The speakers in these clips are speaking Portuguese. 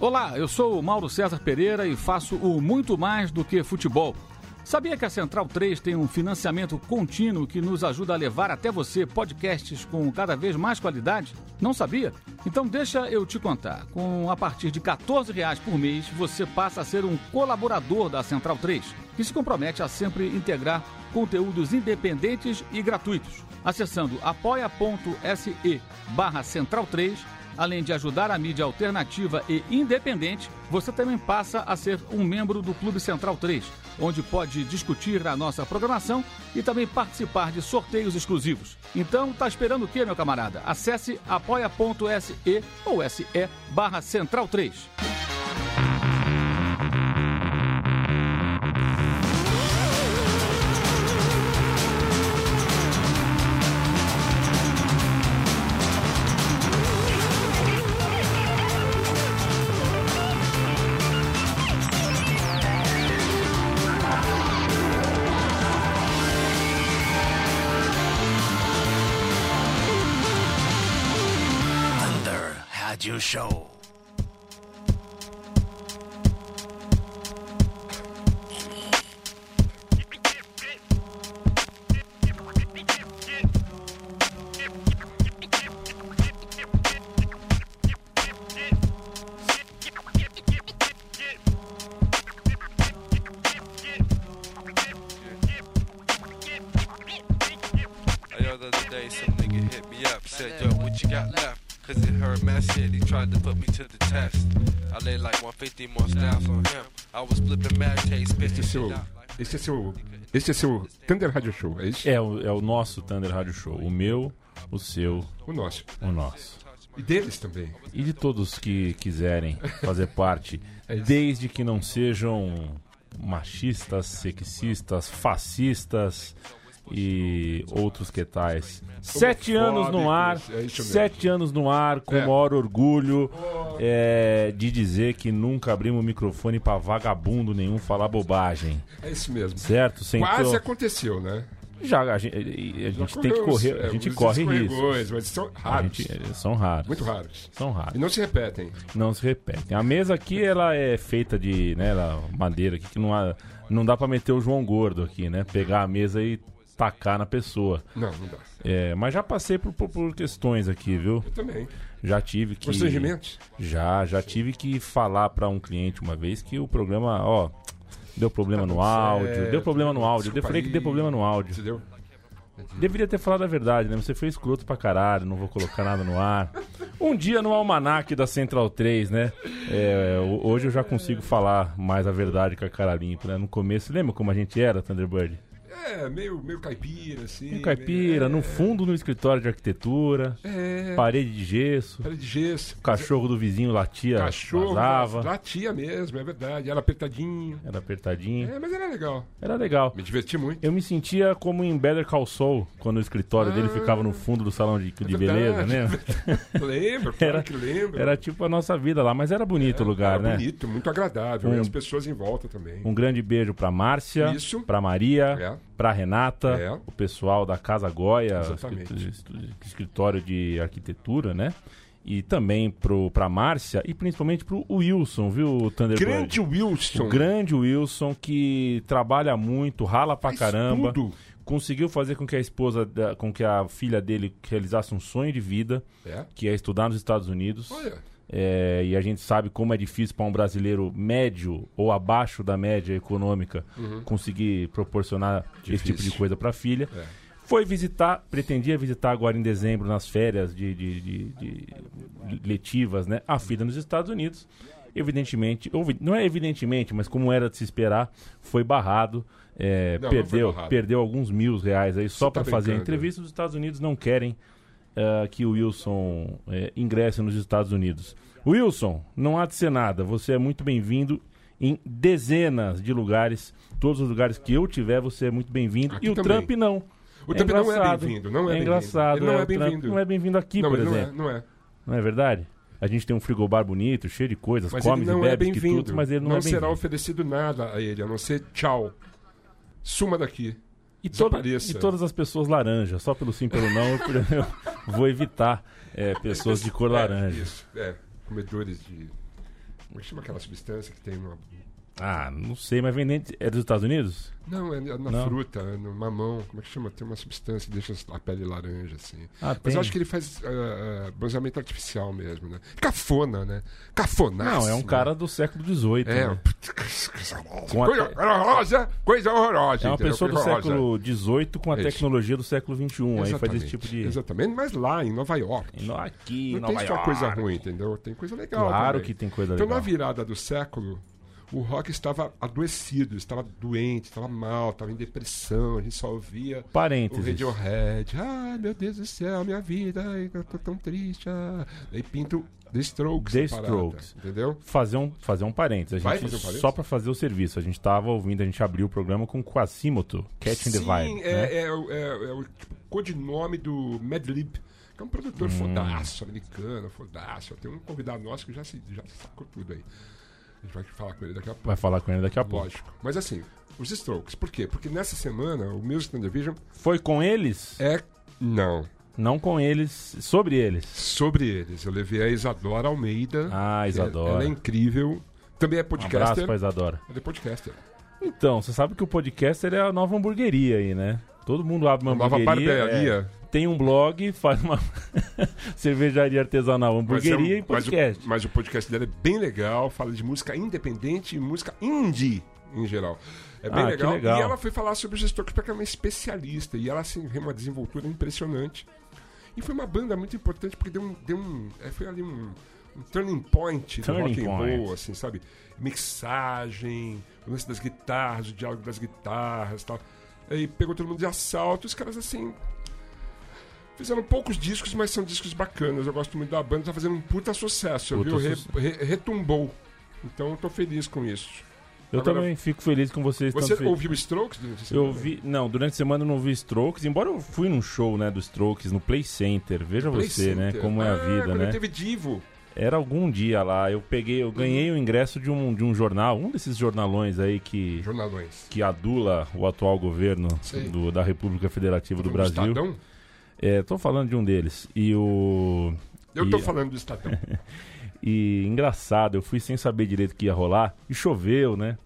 Olá, eu sou o Mauro César Pereira e faço o Muito Mais do que Futebol. Sabia que a Central 3 tem um financiamento contínuo que nos ajuda a levar até você podcasts com cada vez mais qualidade? Não sabia? Então deixa eu te contar. A partir de R$14 por mês, você passa a ser um colaborador da Central 3, que se compromete a sempre integrar conteúdos independentes e gratuitos. Acessando apoia.se/Central 3, além de ajudar a mídia alternativa e independente, você também passa a ser um membro do Clube Central 3, onde pode discutir a nossa programação e também participar de sorteios exclusivos. Então, tá esperando o quê, meu camarada? Acesse apoia.se ou se/Central 3. Rádio Show. The other day, some nigga hit me up, said, yo, what you got left? Cause it heard my shit, he tried to put me to the test. I laid like 150 more styles on him. I was flipping mad taste, spitting shit out. Este é seu Thunder Radio Show, é isso? É o nosso Thunder Radio Show. O meu, o seu, O nosso. o nosso. E deles também. E de todos que quiserem fazer parte, É isso. desde que não sejam machistas, sexistas, fascistas e outros que tais. 7 anos no ar, é isso mesmo. 7 anos no ar, com É. o maior orgulho de dizer que nunca abrimos o microfone pra vagabundo nenhum falar bobagem. É isso mesmo. Certo? Sentou... Quase aconteceu, né? Já, a gente tem que correr, a gente corre risco. Mas são A raros. gente, são raros. Muito raros. São raros. E não se repetem. Não se repetem. A mesa aqui, ela é feita de, né, madeira aqui, que não dá pra meter o João Gordo aqui, né? Pegar a mesa e tacar na pessoa. Não dá. Mas já passei por questões aqui, viu? Eu também. Já tive que... Constrangimentos? Já tive que falar pra um cliente uma vez que o programa, deu problema no áudio, deu problema no áudio. Eu falei que deu problema no áudio. Entendeu? Deveria ter falado a verdade, né? Você foi escroto pra caralho, não vou colocar nada no ar. Um dia no almanaque da Central 3, né? Hoje eu já consigo falar mais a verdade com a cara limpa, né? No começo, lembra como a gente era, Thunderbird? Meio caipira, assim. Um caipira, no fundo no escritório de arquitetura, parede de gesso, Era de gesso. o cachorro do vizinho latia, Cachorro, vazava, latia mesmo, é verdade. Era apertadinho. era apertadinho, Mas era legal. era legal. Me diverti muito. Eu me sentia como em Better Call Saul, quando o escritório dele ficava no fundo do salão de beleza, né? Lembro, claro que lembro. Era tipo a nossa vida lá, mas era bonito o lugar, era né? bonito, muito agradável. E as pessoas em volta também. Um grande beijo pra Márcia, Isso. pra Maria, pra Renata, o pessoal da Casa Goya, Exatamente. escritório de arquitetura, né? E também pra Márcia e principalmente pro Wilson, viu, Thunderbird? Grande Wilson. O grande Wilson, que trabalha muito, rala pra caramba. Tudo. Conseguiu fazer com que com que a filha dele realizasse um sonho de vida, que é estudar nos Estados Unidos. Olha. E a gente sabe como é difícil para um brasileiro médio ou abaixo da média econômica conseguir proporcionar esse tipo de coisa para a filha. Foi visitar, pretendia visitar agora em dezembro, nas férias de letivas, né, a filha nos Estados Unidos. Evidentemente, não é evidentemente, mas como era de se esperar, foi barrado. Perdeu alguns R$1.000 aí só para fazer a entrevista. Os Estados Unidos não querem que o Wilson ingresse nos Estados Unidos. Wilson, não há de ser nada. Você é muito bem-vindo em dezenas de lugares. Todos os lugares que eu tiver, você é muito bem-vindo. E o também. Trump não. O Trump não é bem-vindo. Não é bem-vindo. Engraçado. Ele não é o Trump bem-vindo. não é bem-vindo aqui, Não, por ele exemplo. Não é. Não é verdade? A gente tem um frigobar bonito, cheio de coisas, Mas come ele e não é bebe que bem-vindo. tudo, mas ele não é será bem-vindo. oferecido nada a ele, a não ser tchau. Suma daqui. E Desapareça. todas as pessoas laranja, só pelo sim, pelo não, eu vou evitar pessoas de cor laranja. Isso, comedores Como é que chama aquela substância que tem uma... Ah, não sei, mas vem dentro... É dos Estados Unidos? Não, é na fruta, é no mamão. Como é que chama? Tem uma substância que deixa a pele laranja, assim. Ah, mas eu acho que ele faz bronzeamento artificial mesmo, né? Cafona, né? Cafonaço. Não, é um cara do século XVIII. Né? Coisa horrorosa. É uma pessoa do século XVIII XVIII com a tecnologia do século XXI. Aí faz esse tipo de... Exatamente, mas lá em Nova York. Aqui, não tem só coisa ruim, entendeu? Tem coisa legal. Claro também. Que tem coisa então, legal. Então, na virada do século, o rock estava adoecido, estava doente, estava mal, estava em depressão. A gente só ouvia Parênteses. O Radiohead. Ai, meu Deus do céu, minha vida, eu tô tão triste. Daí pinto The Strokes. The Strokes. Entendeu? Fazer um parênteses. A gente, só para fazer o serviço. A gente tava ouvindo, a gente abriu o programa com Quasimoto, Catching the Vibe. É o tipo, codinome do Madlib, que é um produtor fodaço, americano, fodaço. Tem um convidado nosso que já sacou tudo aí. A gente vai falar com ele daqui a pouco. Vai falar com ele daqui a pouco. Lógico. Mas assim, os Strokes. Por quê? Porque nessa semana, o Music Television... Foi com eles? Não. Não com eles, sobre eles. Sobre eles. Eu levei a Isadora Almeida. Ah, Isadora. Ela é incrível. Também é podcaster. Um abraço pra Isadora. Ela é podcaster. Então, você sabe que o podcaster é a nova hamburgueria aí, né? Todo mundo abre uma hamburgueria. Nova barbearia. Tem um blog, faz uma cervejaria artesanal, hamburgueria e podcast. Mas o podcast dela é bem legal, fala de música independente e música indie em geral. É bem legal. Legal. E ela foi falar sobre os Strokes porque ela é uma especialista e ela assim, tem uma desenvoltura impressionante. E foi uma banda muito importante porque foi ali um turning point do rock and roll, assim, sabe? Mixagem, o lance das guitarras, o diálogo das guitarras e tal. Aí pegou todo mundo de assalto, os caras assim... Fizeram poucos discos, mas são discos bacanas. Eu gosto muito da banda, tá fazendo um puta sucesso. Retumbou. Então eu tô feliz com isso. Eu também fico feliz com vocês. Você ouviu Strokes durante a semana? Durante a semana eu não vi Strokes, embora eu fui num show, né, do Strokes, no Play Center. Veja você, né, como é a vida, né? Teve Divo. Era algum dia lá, eu ganhei o ingresso de um jornal, um desses jornalões aí que adula o atual governo da República Federativa do Brasil. Estadão? Tô falando de um deles. Eu tô falando do Estadão. E engraçado, eu fui sem saber direito o que ia rolar e choveu, né?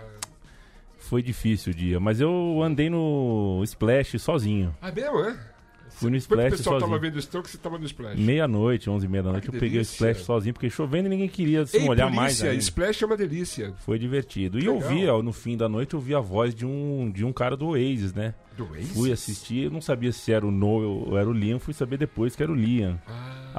Foi difícil o dia, mas eu andei no Splash sozinho. Mesmo, é? Fui no Splash sozinho. O pessoal tava vendo o Strokes, você tava no Splash? 11h, 11h30 eu peguei o Splash sozinho, porque chovendo e ninguém queria se molhar mais. Splash é uma delícia. Foi divertido. E eu vi, no fim da noite, eu vi a voz de um cara do Oasis, né? Do Oasis? Fui assistir, eu não sabia se era o Noel ou era o Liam, fui saber depois que era o Liam. A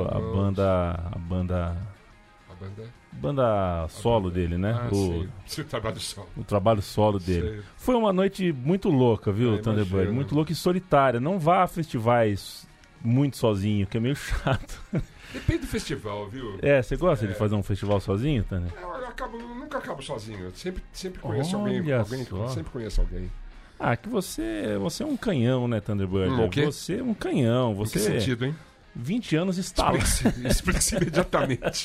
banda solo dele, né? O trabalho solo. O trabalho solo dele. Sei. Foi uma noite muito louca, viu, Thunderbird? Muito louca e solitária. Não vá a festivais muito sozinho, que é meio chato. Depende do festival, viu? Você gosta de fazer um festival sozinho, Thunder? Eu nunca acabo sozinho. Eu sempre conheço alguém. Sempre conheço alguém. Que você é um canhão, né, Thunderbird? O quê? Você é um canhão. Em que sentido, hein? 20 anos instalado. Explique-se imediatamente.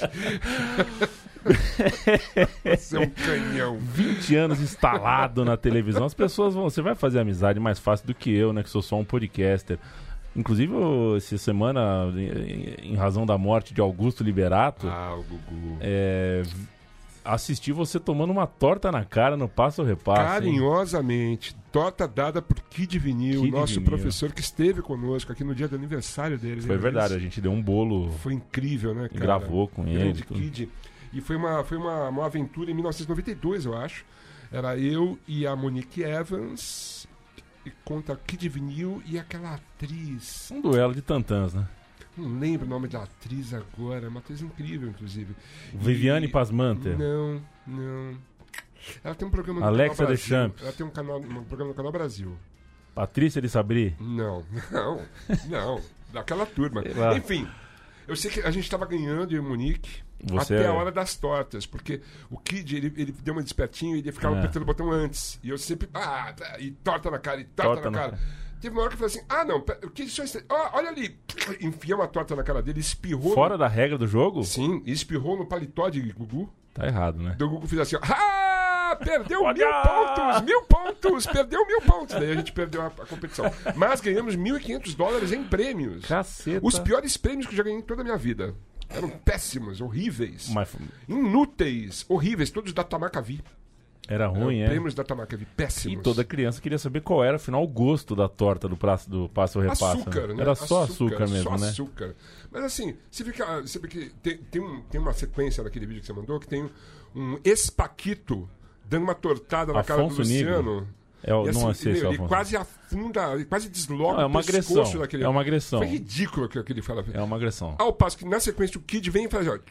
Você é um canhão. 20 anos instalado na televisão. As pessoas vão... Você vai fazer amizade mais fácil do que eu, né? Que sou só um podcaster. Inclusive, essa semana, em razão da morte de Augusto Liberato... o Gugu. Assisti você tomando uma torta na cara no Passo Repasso. Carinhosamente. Torta dada por Kid Vinil, nosso professor que esteve conosco aqui no dia do aniversário dele. Foi verdade, a gente deu um bolo. Foi incrível, né, cara? Gravou com ele. Kid. E foi uma aventura em 1992, eu acho. Era eu e a Monique Evans, e contra Kid Vinil e aquela atriz. Um duelo de tantãs, né? Não lembro o nome da atriz agora, uma atriz incrível, inclusive. Viviane Pasmanter? Não. Ela tem um programa no Alexa Canal Brasil. Deschamps? Ela tem um programa no Canal Brasil. Patrícia de Sabri? Não. Daquela turma. Enfim, eu sei que a gente estava ganhando, eu e o Monique, até a hora das tortas, porque o Kid, ele deu uma despertinho e ele ficava apertando o botão antes. E eu sempre, e torta na cara, torta na cara. Teve uma hora que eu falei assim, o Kid só... olha ali. Enfiou uma torta na cara dele, espirrou... Fora da regra do jogo? Sim, e espirrou no paletó de Gugu. Tá errado, né? Do Gugu fez assim, perdeu 1.000 pontos! 1.000 pontos! Perdeu 1.000 pontos! Daí a gente perdeu a competição. Mas ganhamos $1.500 em prêmios. Caceta. Os piores prêmios que eu já ganhei em toda a minha vida. Eram péssimos, horríveis. Inúteis, horríveis, todos da Tamakavi. Era ruim, prêmios da Tamakavi, péssimos. E toda criança queria saber qual era, afinal, o gosto da torta do Passo Repassa. Açúcar, né? Era só açúcar mesmo, né? Açúcar. Mas assim, você vê que tem uma sequência daquele vídeo que você mandou que tem um ex-Paquito dando uma tortada na cara do Luciano. Não sei se ele quase afunda, ele quase desloca o pescoço daquele... É uma agressão. Foi ridículo o que ele fala. É uma agressão. Ao passo que na sequência o Kid vem e faz, ó...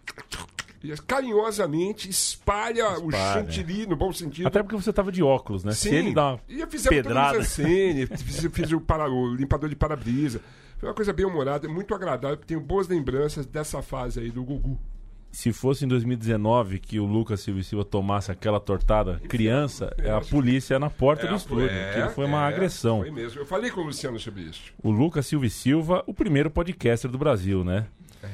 E carinhosamente espalha o chantilly, no bom sentido. Até porque você tava de óculos, né? Sim. Se ele dá uma pedrada... Fiz o limpador de para-brisa. Foi uma coisa bem humorada, muito agradável, porque tenho boas lembranças dessa fase aí do Gugu. Se fosse em 2019 que o Lucas Silva tomasse aquela tortada criança, a polícia na porta do estúdio. Aquilo foi uma agressão. Foi mesmo. Eu falei com o Luciano sobre isso. O Lucas Silva, o primeiro podcaster do Brasil, né?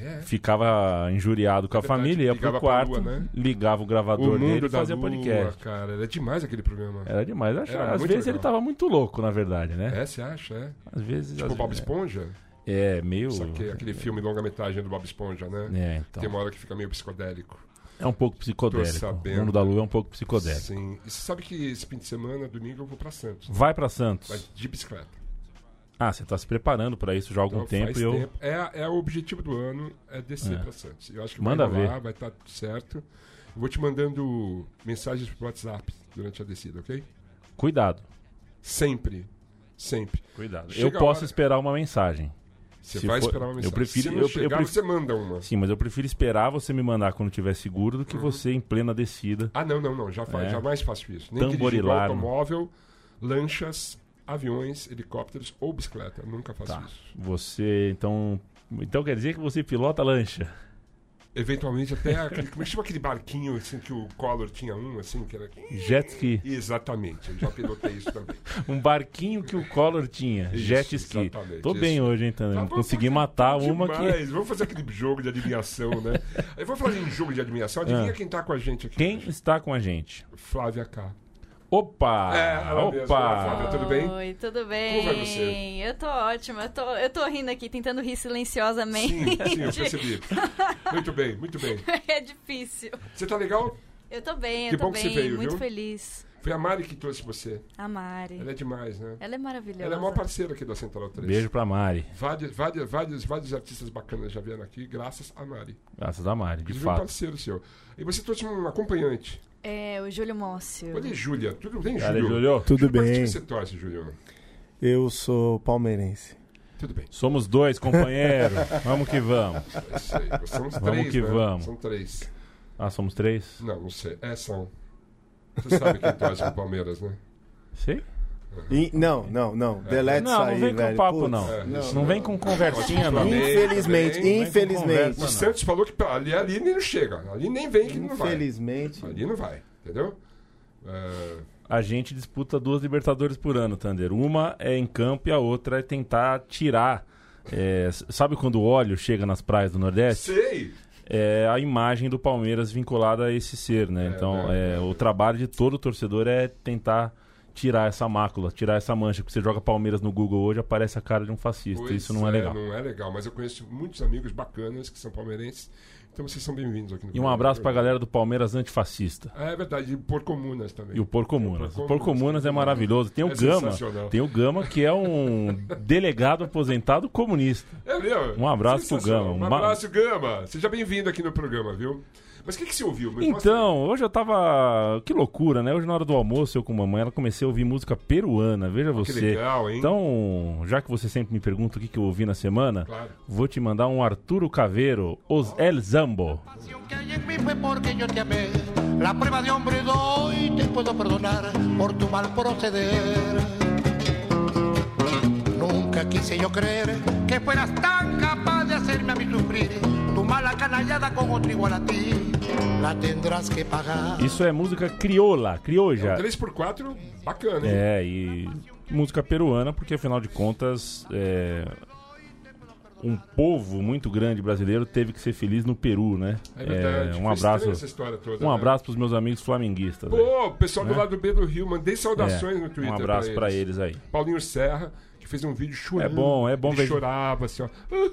Ficava injuriado com a família, ia pro quarto, lua, né? Ligava o gravador dele e fazia podcast. Cara, era demais aquele programa. Era demais. Às vezes ele tava muito louco, na verdade, né? Você acha? Às vezes. Tipo o Bob Esponja? Meio... Aquele filme longa-metragem do Bob Esponja, né? Então. Tem uma hora que fica meio psicodélico. É um pouco psicodélico. O Mundo da Lua é um pouco psicodélico. Sim. E você sabe que esse fim de semana, domingo, eu vou pra Santos. Né? Vai pra Santos? Vai de bicicleta. Você tá se preparando pra isso já há algum tempo. O objetivo do ano é descer pra Santos. Eu acho que Manda vai rolar, vai estar tudo certo. Eu vou te mandando mensagens pro WhatsApp durante a descida, ok? Cuidado. Sempre. Cuidado. Eu posso esperar uma mensagem. Você vai esperar uma mensagem. Se não chegar, você manda uma. Sim, mas eu prefiro esperar você me mandar quando estiver seguro do que você em plena descida. Não. Jamais faço isso. Nem tamborilar. Automóvel, lanchas, aviões, helicópteros ou bicicleta. Nunca faço isso. Você, então quer dizer que você pilota lancha? Eventualmente até como é que chama aquele barquinho assim, que o Collor tinha assim, que era... Jet ski. Exatamente, eu já pilotei isso também. Um barquinho que o Collor tinha, jet ski. Tô bem hoje, então. Consegui matar uma que... Vamos fazer aquele jogo de adivinhação, né? Eu vou falar em jogo de adivinhação, adivinha quem tá com a gente aqui. Quem está com a gente? Flávia K. Opa! Flávia, tudo bem? Oi, tudo bem? Como vai você? Eu tô ótima. Eu tô rindo aqui, tentando rir silenciosamente. Sim, eu percebi. Muito bem. É difícil. Você tá legal? Eu tô bem, que bom que você veio, muito viu? feliz. Foi a Mari que trouxe você. A Mari. Ela é demais, né? Ela é maravilhosa. Ela é a maior parceira aqui da Central 3. Beijo pra Mari. Vários artistas bacanas já vieram aqui, graças a Mari. Graças a Mari, de fato. fato. Um parceiro seu. E você trouxe um acompanhante. O Júlio Mócio. Olha, Júlia. Tudo bem, Júlio? Tudo bem. Por que você torce, Júlio? Eu sou palmeirense. Tudo bem. Somos dois, companheiro. Vamos que vamos. Somos vamos três, que né? vamos. São três. Somos três? Não sei. São. Você sabe quem torce pro Palmeiras, né? Sei. Não. Delete isso aí, velho. Não vem com papo, não. Não vem com conversinha, não. Infelizmente. O Santos falou que ali nem não chega. Ali nem vem que não vai. Infelizmente. Ali não vai, entendeu? A gente disputa 2 Libertadores por ano, Thunder. Uma é em campo e a outra é tentar tirar. Sabe quando o óleo chega nas praias do Nordeste? Sei! É a imagem do Palmeiras vinculada a esse ser, né? Então, o trabalho de todo torcedor é tentar tirar essa mácula, tirar essa mancha. Porque você joga Palmeiras no Google hoje, aparece a cara de um fascista. Isso não é legal. Não é legal, mas eu conheço muitos amigos bacanas que são palmeirenses. Então vocês são bem-vindos aqui no E um abraço pra galera do Palmeiras antifascista. É verdade, e o Porcomunas também. E o Porcomunas. O Porcomunas é maravilhoso. Tem o Gama. Tem o Gama, que é um delegado aposentado comunista. É mesmo? Um abraço pro Gama. Um abraço, Gama. Seja bem-vindo aqui no programa, viu? Mas o que você ouviu? Então, hoje eu tava... Que loucura, né? Hoje na hora do almoço, eu com a mamãe, ela comecei a ouvir música peruana. Veja você. Que legal, hein? Então, já que você sempre me pergunta o que eu ouvi na semana, vou te mandar um Arturo Caveiro, Os El Zambo. La prueba de hombre doy, te puedo perdonar por tu mal proceder. Nunca quise yo creer que fueras tan capaz de hacerme a mí sufrir. Tu mala canallada com outro igual a ti, la tendrás que pagar. Isso é música crioula, crioja. 3x4, bacana, hein? E música peruana, porque afinal de contas, um povo muito grande brasileiro teve que ser feliz no Peru, né? É verdade. Um abraço, essa história toda, um abraço pros meus amigos flamenguistas. Pô, pessoal do lado B do Rio, mandei saudações no Twitter. Um abraço pra eles aí. Paulinho Serra, que fez um vídeo chorando. É bom ver. Ele chorava assim, ó.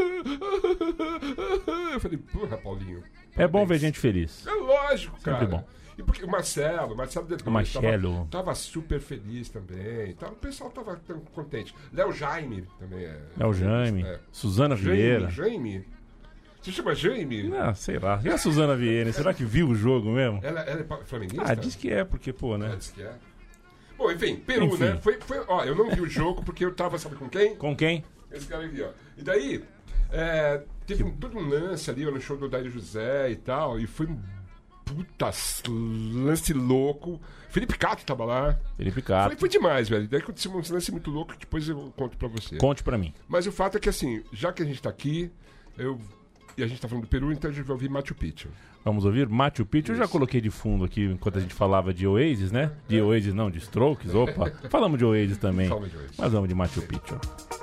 Eu falei, porra, Paulinho. Parabéns. É bom ver gente feliz. É lógico, cara. Sempre bom. E porque o Marcelo tava super feliz também. O pessoal tava tão contente. Léo Jaime também Léo Jaime. Suzana Vieira. Jaime? Você chama Jaime? Não, sei lá. E a Suzana Vieira? Será que viu o jogo mesmo? Ela é flamenguista? Diz que é, porque, pô, né? Diz que é. Bom, enfim, Peru, né? Ó, eu não vi o jogo porque eu tava, sabe com quem? Com quem? Esse cara aqui, ó. E daí, teve todo um lance ali no show do Daírio José e tal, e foi um puta lance louco. Felipe Cato tava lá. Felipe Cato. Foi demais, velho. Daí aconteceu um lance muito louco que depois eu conto pra você. Conte pra mim. Mas o fato é que, assim, já que a gente tá aqui, e a gente tá falando do Peru, então a gente vai ouvir Machu Picchu. Vamos ouvir Machu Picchu? Eu já coloquei de fundo aqui, enquanto a gente falava de Oasis, né? De Oasis não, de Strokes, opa. Falamos de Oasis também. Mas vamos de Machu Picchu.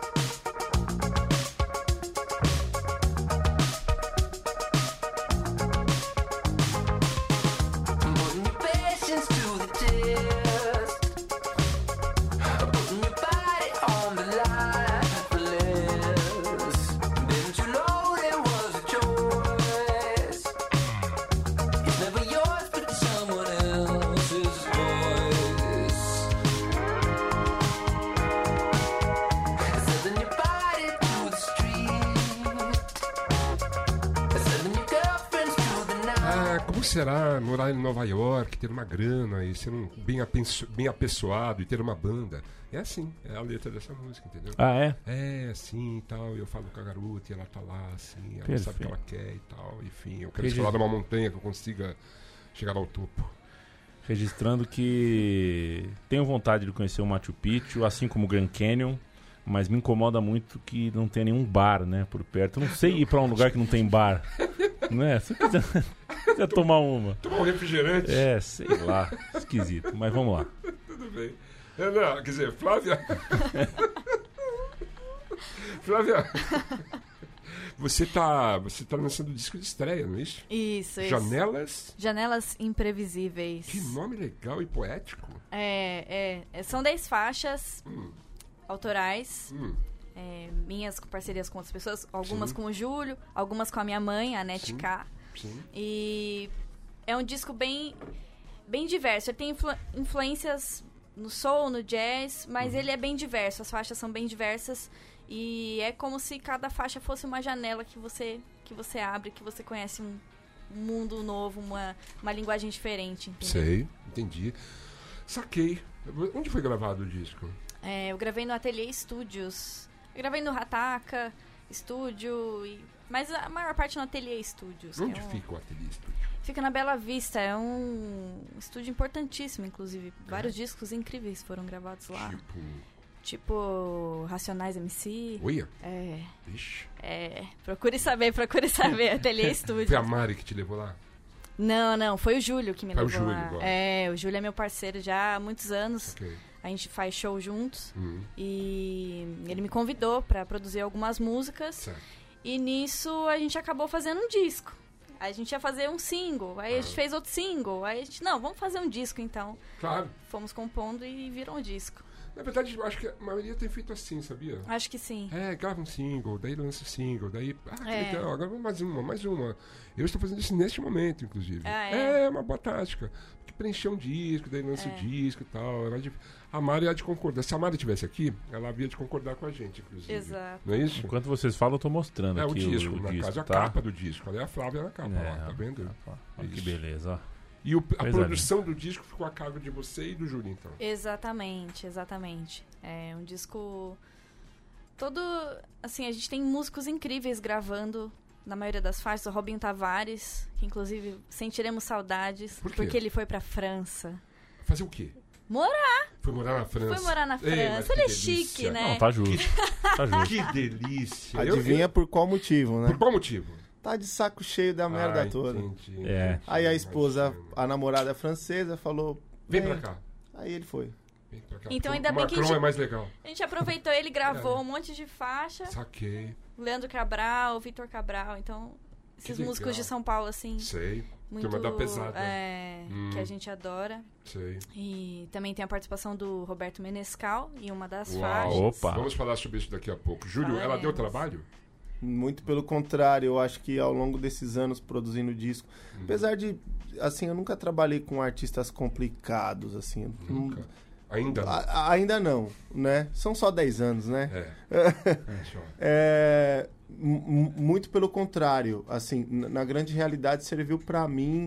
Será morar em Nova York, ter uma grana e ser bem apessoado e ter uma banda? É assim, é a letra dessa música, entendeu? Ah, é? É, assim e tal. Eu falo com a garota e ela tá lá, assim, ela sabe o que ela quer e tal. Enfim, eu quero falar de uma montanha que eu consiga chegar ao topo. Registrando que tenho vontade de conhecer o Machu Picchu, assim como o Grand Canyon, mas me incomoda muito que não tenha nenhum bar, né, por perto. Eu não sei ir pra um lugar que não tem bar, não é? Se eu quiser tomar uma. Tomar um refrigerante? É, sei lá, esquisito, mas vamos lá. Tudo bem. Não, quer dizer, Flávia... Flávia... Você tá lançando disco de estreia, não é isso? Isso. Janelas Imprevisíveis. Que nome legal e poético. São 10 faixas autorais, minhas com parcerias com outras pessoas, algumas com o Júlio, algumas com a minha mãe, a Nete K. Sim. E é um disco bem diverso. Ele tem influências no soul, no jazz, mas ele é bem diverso. As faixas são bem diversas. E é como se cada faixa fosse uma janela que você abre, que você conhece um mundo novo, uma linguagem diferente. Entendeu? Sei, entendi. Saquei. Onde foi gravado o disco? Eu gravei no Ateliê Studios. Eu gravei no Hataka Studio, mas a maior parte no Ateliê Studios. Onde fica o Ateliê Studios? Fica na Bela Vista. É um estúdio importantíssimo, inclusive. Vários discos incríveis foram gravados lá. Tipo Racionais MC. Uia? Ixi. Procure saber, Ateliê Studios. Foi a Mari que te levou lá? Não, foi o Júlio que me levou lá. Agora. O Júlio é meu parceiro já há muitos anos. Okay. A gente faz show juntos. E ele me convidou pra produzir algumas músicas. Certo. E nisso a gente acabou fazendo um disco. A gente ia fazer um single, aí a gente fez outro single. Aí a gente, vamos fazer um disco então. Claro. Fomos compondo e virou um disco. Na verdade, eu acho que a maioria tem feito assim, sabia? Acho que sim. Grava um single, daí lança o single, daí... legal, agora vamos mais uma. Eu estou fazendo isso neste momento, inclusive. É uma boa tática. Porque preencher um disco, daí lança o disco e tal. A Mari há de concordar. Se a Mari estivesse aqui, ela havia de concordar com a gente, inclusive. Exato. Não é isso? Enquanto vocês falam, eu tô mostrando aqui o disco, na disco, casa, tá? a capa do disco. Olha a Flávia na capa, lá, tá vendo? Olha que beleza, ó. E a produção do disco ficou a cargo de você e do Júlio, então? Exatamente. É um disco todo... Assim, a gente tem músicos incríveis gravando na maioria das faixas. O Robinho Tavares, que inclusive sentiremos saudades. Por quê? Porque ele foi pra França. Fazer o quê? Morar. Foi morar na França. Ele é chique, né? Não, tá justo. Que delícia. Adivinha por qual motivo, né? Por qual motivo? Tá de saco cheio da merda toda. Entendi. Aí a esposa, a namorada francesa, falou... Vem pra cá. Aí ele foi. Vem pra cá. Então ainda bem que é mais legal. A gente aproveitou, ele gravou um monte de faixa. Saquei. Leandro Cabral, Vitor Cabral, então esses músicos de São Paulo, assim. Sei. Muito, Turma da Pesada. Que a gente adora. Sei. E também tem a participação do Roberto Menescal em uma das Uau. faixas. Opa! Vamos falar sobre isso daqui a pouco. Júlio, ela deu trabalho? Muito pelo contrário, eu acho que ao longo desses anos produzindo disco, apesar de, assim, eu nunca trabalhei com artistas complicados, assim. Nunca. Ainda não. Ainda não, né? São só 10 anos, né? Muito pelo contrário, assim, na grande realidade serviu para mim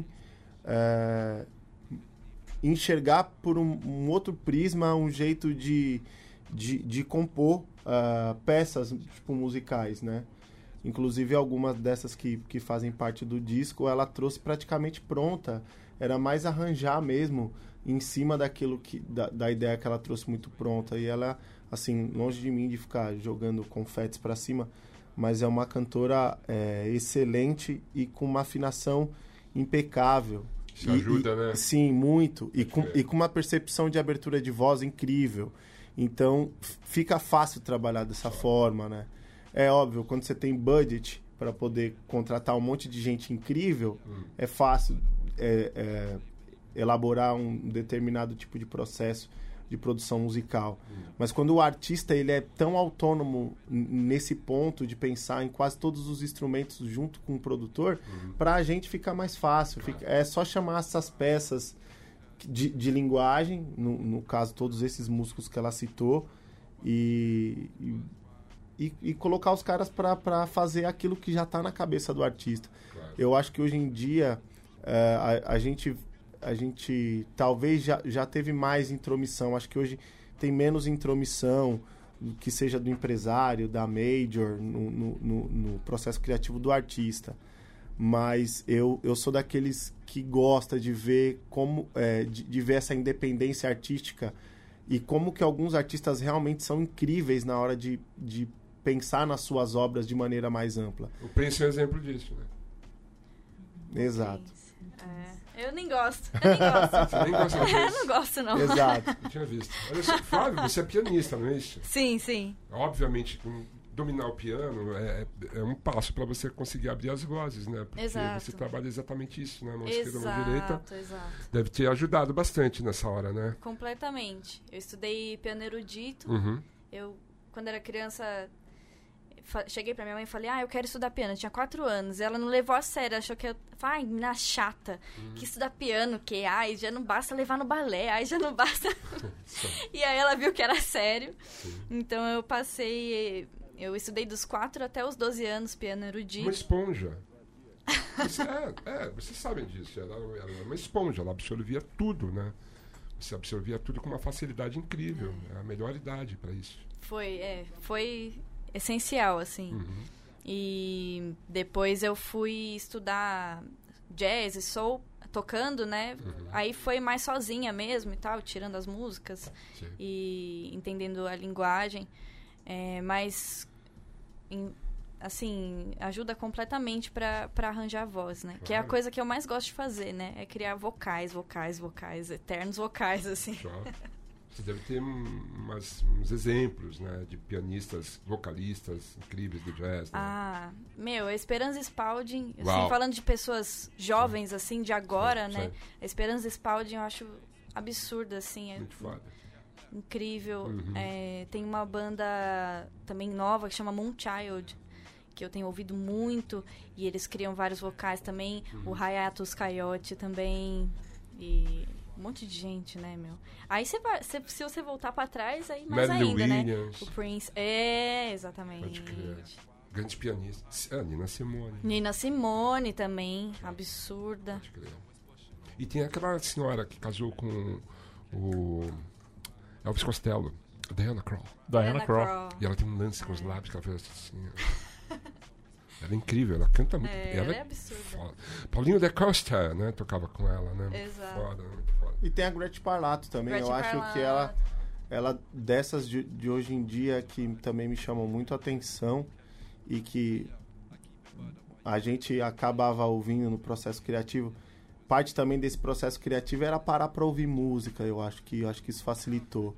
enxergar por um outro prisma, um jeito de compor peças tipo, musicais, né? Inclusive algumas dessas que fazem parte do disco, ela trouxe praticamente pronta. Era mais arranjar mesmo em cima daquilo da ideia que ela trouxe muito pronta. E ela, assim, longe de mim de ficar jogando confetes para cima, mas é uma cantora excelente e com uma afinação impecável. Isso ajuda, né? Sim, muito. E com uma percepção de abertura de voz incrível. Então, fica fácil trabalhar dessa forma, né? É óbvio, quando você tem budget para poder contratar um monte de gente incrível, é fácil elaborar um determinado tipo de processo de produção musical. Mas quando o artista ele é tão autônomo nesse ponto de pensar em quase todos os instrumentos junto com o produtor, para a gente fica mais fácil. É só chamar essas peças de linguagem, no caso todos esses músicos que ela citou, e colocar os caras para fazer aquilo que já está na cabeça do artista. Claro. Eu acho que hoje em dia a gente talvez já teve mais intromissão. Acho que hoje tem menos intromissão, que seja do empresário, da major, no processo criativo do artista. Mas eu sou daqueles que gosta de ver de ver essa independência artística e como que alguns artistas realmente são incríveis na hora de pensar nas suas obras de maneira mais ampla. O Prince é um exemplo disso, né? Exato. Eu nem gosto. Você nem gosta do Prince? Eu não gosto, não. Exato. Eu tinha visto. Olha só, Flávio, você é pianista, não é isso? Sim. Obviamente, dominar o piano é um passo para você conseguir abrir as vozes, né? Porque você trabalha exatamente isso, né? Mão esquerda, mão direita. Exato. Deve ter ajudado bastante nessa hora, né? Completamente. Eu estudei piano erudito. Eu, quando era criança, cheguei pra minha mãe e falei, eu quero estudar piano. Eu tinha 4 anos. Ela não levou a sério, achou que eu... menina chata, que estudar piano, que já não basta levar no balé, já não basta... E aí ela viu que era sério. Então eu estudei dos 4 até os 12 anos piano erudito. Uma esponja. Vocês sabem disso. Ela era uma esponja, ela absorvia tudo, né? Você absorvia tudo com uma facilidade incrível. É a melhor idade para isso. Foi essencial, assim. E depois eu fui estudar jazz e soul, tocando, né? Aí foi mais sozinha mesmo e tal, tirando as músicas e entendendo a linguagem. Mas, assim, ajuda completamente para arranjar a voz, né? Claro. Que é a coisa que eu mais gosto de fazer, né? É criar vocais, eternos vocais, assim. Você deve ter uns exemplos, né? De pianistas, vocalistas incríveis do jazz, né? A Esperanza Spalding, assim, falando de pessoas jovens, assim, de agora, né? A Esperanza Spalding eu acho absurda, assim. Muito foda. Incrível. Tem uma banda também nova que chama Moonchild, que eu tenho ouvido muito, e eles criam vários vocais também. O Hayatus Coyote também, e um monte de gente, né, meu? Aí se você voltar pra trás, aí mais Madeline ainda, Williams. né? O Prince. Exatamente. Grandes pianistas. Nina Simone. Nina Simone também, absurda. Pode crer. E tem aquela senhora que casou com o Elvis Costello, Diana Krall. Diana Krall. E ela tem um lance com os lábios que ela fez assim. Ela é incrível, ela canta muito. Ela é absurda. Foda. Paulinho da Costa, né? Tocava com ela, né? Exato. Muito foda. E tem a Gretchen Parlato também. Eu acho que ela dessas de hoje em dia que também me chamam muito a atenção e que a gente acabava ouvindo no processo criativo. Parte também desse processo criativo era parar para ouvir música. Eu acho que isso facilitou.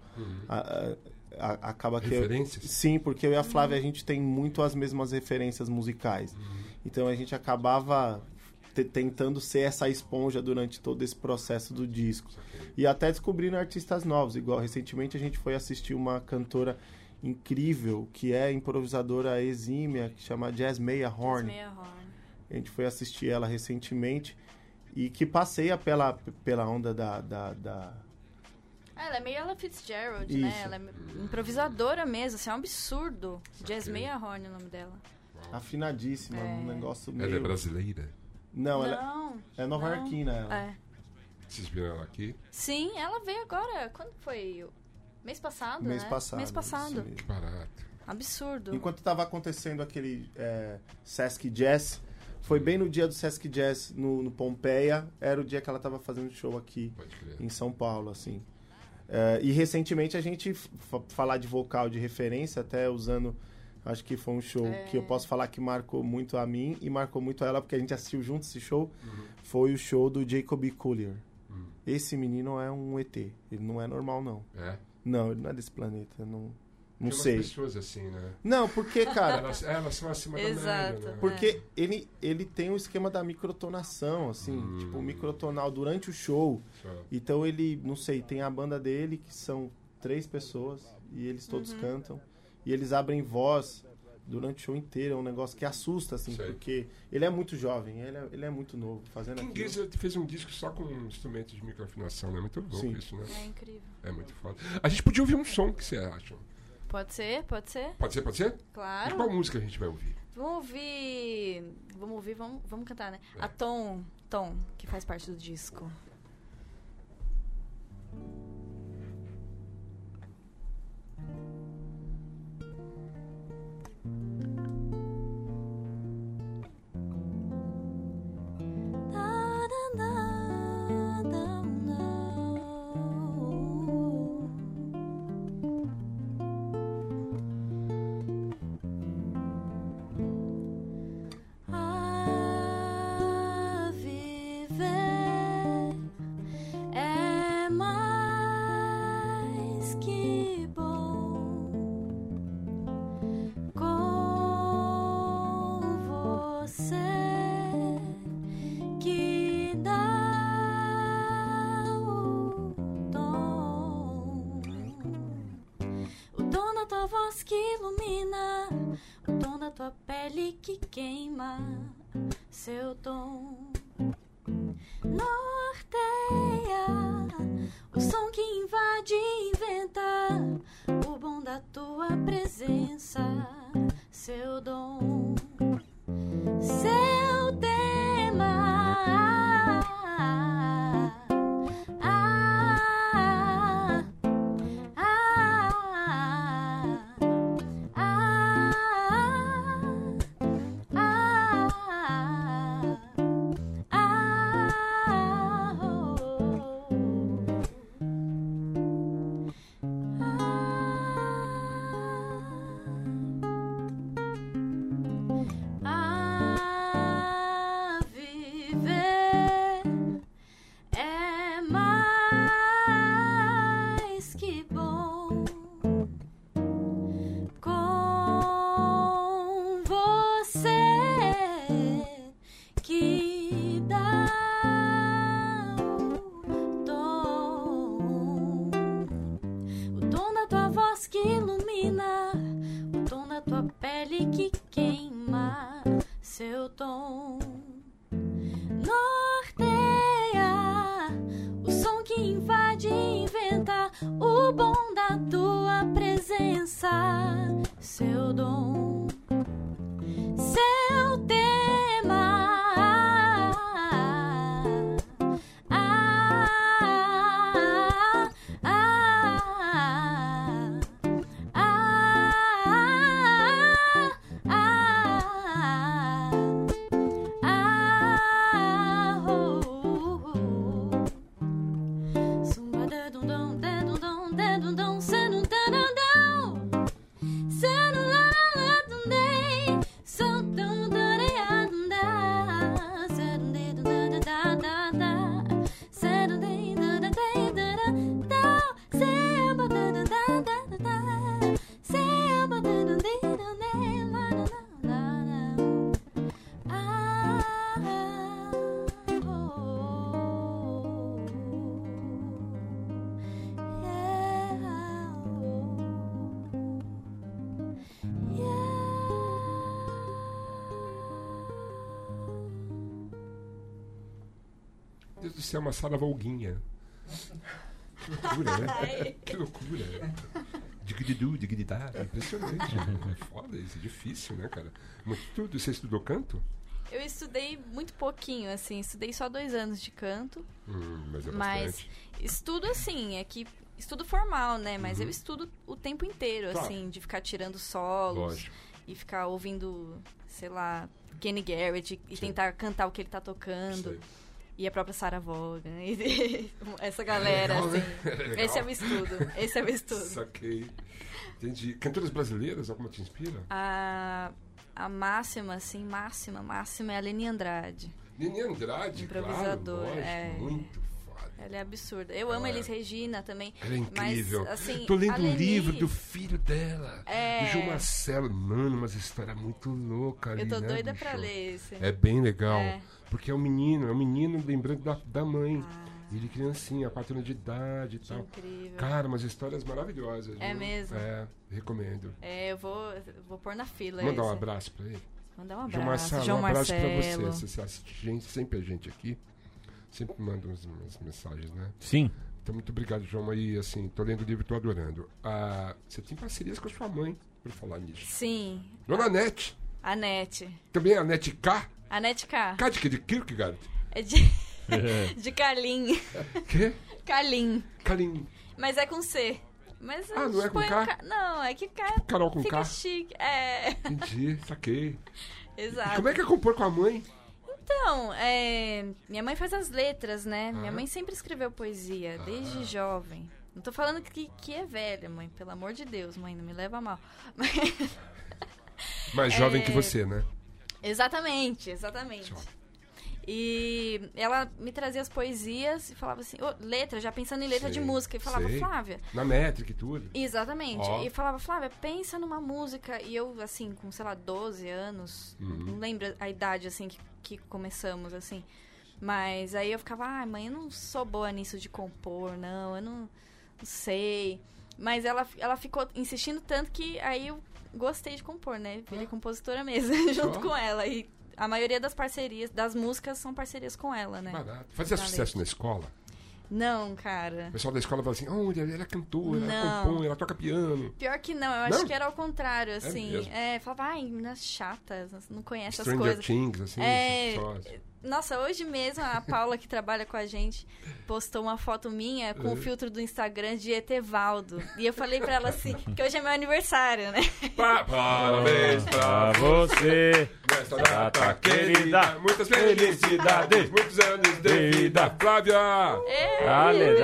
Acaba que referências? Sim, porque eu e a Flávia a gente tem muito as mesmas referências musicais. Então a gente acabava tentando ser essa esponja durante todo esse processo do disco. E até descobrindo artistas novos. Igual, recentemente a gente foi assistir uma cantora incrível, que é improvisadora exímia, que chama Jasmeia Horn. A gente foi assistir ela recentemente e que passeia pela onda da... Ela é meio Ella Fitzgerald, né? Ela é improvisadora mesmo, assim, é um absurdo. Jasmeia Horn é o nome dela. Afinadíssima, um negócio meio... Ela é brasileira? Não, ela é nova-iorquina. Ela. Vocês viram ela aqui? Sim, ela veio agora. Quando foi? Mês passado, Mês passado. Que barato. Absurdo. Enquanto estava acontecendo aquele Sesc Jazz, foi bem no dia do Sesc Jazz no Pompeia, era o dia que ela estava fazendo show aqui em São Paulo, assim. E recentemente a gente falar de vocal de referência, até usando, acho que foi um show que eu posso falar que marcou muito a mim e marcou muito a ela, porque a gente assistiu junto esse show, foi o show do Jacob Collier. Esse menino é um ET, ele não é normal, não. Não, ele não é desse planeta, não sei. Tem pessoas assim, né? Não, porque, cara... elas são acima da média, né? Porque ele tem um esquema da microtonação, assim, tipo, microtonal durante o show. Então ele, não sei, tem a banda dele, que são 3 pessoas, e eles todos cantam. E eles abrem voz durante o show inteiro, é um negócio que assusta, assim, porque ele é muito jovem, ele é muito novo, fazendo aquilo. Ele fez um disco só com instrumentos de microafinação, né? Muito louco isso, né? É incrível. É muito foda. A gente podia ouvir um som, o que você acha? Pode ser? Pode ser? Claro. E qual música a gente vai ouvir? Vamos cantar, né? A Tom, que faz parte do disco. Que ilumina o tom da tua pele que queima seu tom. Norteia o som que invade e inventa o bom da tua presença, seu dom, seu tema. Dum dum do céu, uma Sara Volguinha. Que loucura, né? Que loucura. Digdidu, digdidá. Impressionante. É foda isso, é difícil, né, cara? Tudo. Você estudou canto? Eu estudei muito pouquinho, assim. Estudei só 2 anos de canto. Mas é mas bastante. estudo, assim, é que... Estudo formal, né? Mas eu estudo o tempo inteiro, Claro. assim. De ficar tirando solos. Lógico. E ficar ouvindo, sei lá, Kenny Garrett. E tentar cantar o que ele tá tocando. Sei. E a própria Sarah Vaughan. E essa galera, Legal, assim. né? Legal. Esse é o estudo. Saquei. Entendi. Cantoras brasileiras, alguma te inspira? A máxima, assim, máxima é a Leni Andrade. Leni Andrade, Improvisadora, claro, lógico, muito foda. Ela é absurda. Eu amo Elis Regina também. Ela é incrível. Mas, assim, tô lendo a um Leni, livro do filho dela, É. do João Marcelo. Mano, umas histórias muito loucas ali, Eu tô né, doida bicho? pra ler esse. É bem legal. É. Porque é um menino lembrando da mãe. Ele criancinha, 4 anos de idade e Que tal. incrível. Cara, umas histórias maravilhosas. É viu? mesmo? É, recomendo. Eu vou pôr na fila Mandar um esse. abraço pra ele. Mandar um João abraço. Marcelo, João um abraço Marcelo. pra você. Você assiste sempre a gente aqui. Sempre manda umas mensagens, né? Sim. Então, muito obrigado, João. Aí, assim, tô lendo o livro e tô adorando. Você tem parcerias com a sua mãe, por falar nisso. Sim. Dona Nete. A Nete. Também a Nete K. A Nete K. K de quê? De Kierkegaard. É de Carlin. Quê? Carlin. Kalim. Mas é com C. Mas Ah, não é com põe K? Não, é que K Carol com fica K. chique. É, Entendi, saquei. exato. E como é que é compor com a mãe? Então, minha mãe faz as letras, né? Minha mãe sempre escreveu poesia, desde jovem. Não tô falando que é velha, mãe. Pelo amor de Deus, mãe, não me leva a mal. Mais jovem que você, né? Exatamente. Só. E ela me trazia as poesias e falava assim, letra, já pensando em letra Sei, de música. E falava, sei. Flávia... Na métrica e tudo. Exatamente. Ó. E falava, Flávia, pensa numa música. E eu, assim, com, sei lá, 12 anos, não lembro a idade, assim, que começamos, assim. Mas aí eu ficava, mãe, eu não sou boa nisso de compor, não, eu não sei. Mas ela ficou insistindo tanto que aí eu gostei de compor, né? Virei compositora mesmo, junto com ela. E a maioria das parcerias, das músicas, são parcerias com ela, né? Barato. Fazia sucesso na escola? Não, cara. O pessoal da escola fala assim, olha, ela é cantora, ela Não. compõe, ela toca piano. Pior que não, eu Não? acho que era ao contrário, assim. mesmo? Falava, meninas chatas, não conhece as Stranger coisas. Things, assim. só. Nossa, hoje mesmo a Paula, que trabalha com a gente, postou uma foto minha com o filtro do Instagram de Etevaldo. E eu falei pra ela assim, que hoje é meu aniversário, né? Parabéns pra você. nessa data querida. Muitas felicidades, muitos anos de vida. Flávia! Dale.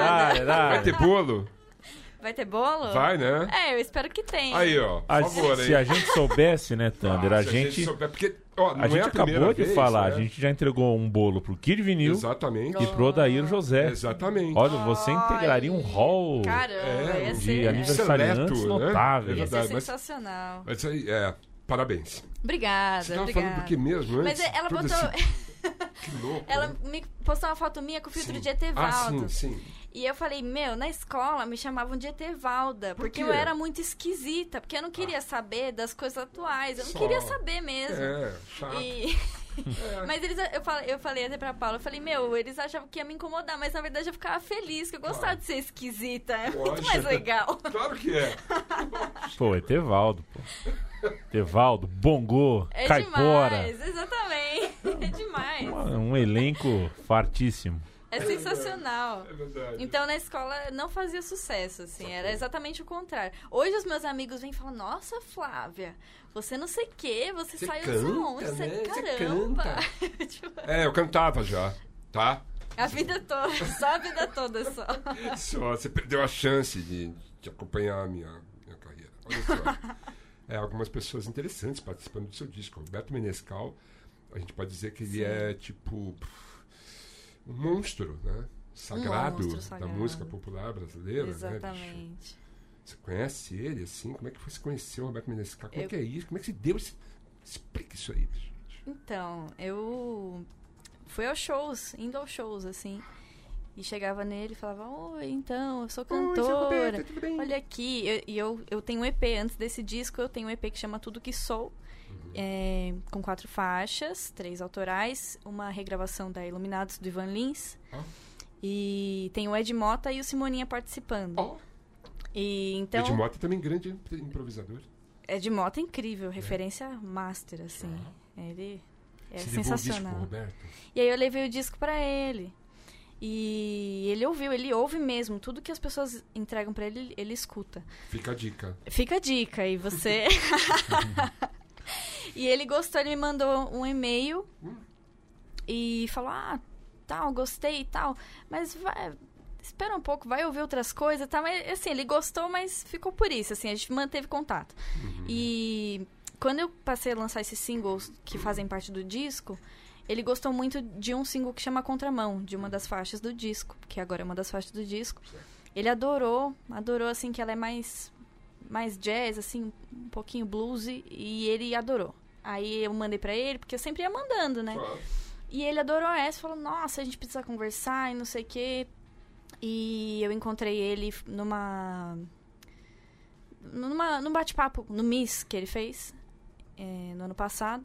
Vai ter bolo? Vai ter bolo? Vai, né? Eu espero que tenha. Aí, ó, por favor, Se hein? a gente soubesse, né, Thunder, a Se gente... souber, porque, ó, não A gente é acabou primeira de vez, falar, né? a gente já entregou um bolo pro Kid Vinil Exatamente. e pro Odair José. Exatamente. Olha, você integraria um hall Caramba, ia de ser... aniversariantes Seleto, né? notáveis. Ia ser verdade, mas- sensacional. Mas aí, parabéns. Obrigada, Você tava obrigada. falando do que mesmo Mas antes? ela Tudo botou... esse- Que louco, Ela né? me postou uma foto minha com o filtro Sim. de Etevaldo. Ah, sim. E eu falei, na escola me chamavam de Etevalda, Por porque quê? eu era muito esquisita, porque eu não queria saber das coisas atuais, eu não Só. queria saber mesmo. Chato. E... Mas eu falei até pra Paula, eu falei, eles achavam que ia me incomodar, mas na verdade eu ficava feliz, que eu gostava de ser esquisita, é muito Lógico. mais legal. Claro que é. Pô, Etevaldo, pô. Etevaldo, Bongô, É Caipora. demais, exatamente, é demais. Um elenco fartíssimo. É sensacional. É verdade. Então, na escola, não fazia sucesso, assim. Era exatamente o contrário. Hoje, os meus amigos vêm e falam, nossa, Flávia, você não sei o quê, você saiu canta, de onde? Você, né? Você caramba. Tipo, Eu cantava já, tá? a vida toda, só a vida toda, só. Só, você perdeu a chance de acompanhar a minha carreira. Olha só. Algumas pessoas interessantes participando do seu disco. Roberto Menescal, a gente pode dizer que ele é, tipo, um monstro, né? Sagrado, monstro sagrado. da música popular brasileira, né, bicho? Exatamente. Você conhece ele, assim? Como é que você conheceu o Roberto Menescal? Como é que é isso? Como é que se deu esse... Explica isso aí, bicho. Então, eu fui aos shows, indo aos shows, assim. E chegava nele e falava, oi, então, eu sou cantora. Roberto, tudo bem? Olha aqui. Eu tenho um EP, antes desse disco, eu tenho um EP que chama Tudo Que Sou. com 4 faixas, 3 autorais, uma regravação da Iluminados do Ivan Lins. E tem o Ed Mota e o Simoninha participando. E então Ed Mota também grande improvisador. Ed Mota é incrível, referência master, assim. Ele é sensacional. Levou o disco pro Roberto? E aí eu levei o disco pra ele. E ele ouve mesmo. Tudo que as pessoas entregam pra ele, ele escuta. Fica a dica. Fica a dica. E você... E ele gostou, ele me mandou um e-mail e falou, tal, gostei e tal, mas espera um pouco, vai ouvir outras coisas, tá? Mas, assim, ele gostou, mas ficou por isso, assim, a gente manteve contato. E quando eu passei a lançar esses singles que fazem parte do disco, ele gostou muito de um single que chama Contramão, de uma das faixas do disco, que agora é uma das faixas do disco. Ele adorou, assim, que ela é mais jazz, assim, um pouquinho bluesy, e ele adorou. Aí eu mandei pra ele, porque eu sempre ia mandando, né? E ele adorou essa, falou, nossa, a gente precisa conversar e não sei o quê. E eu encontrei ele num bate-papo, no Miss, que ele fez no ano passado.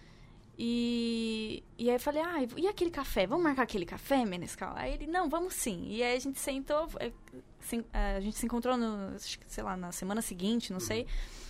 E aí eu falei, e aquele café? Vamos marcar aquele café, Menescal? Aí ele, não, vamos sim. E aí a gente sentou, a gente se encontrou na semana seguinte, não sei.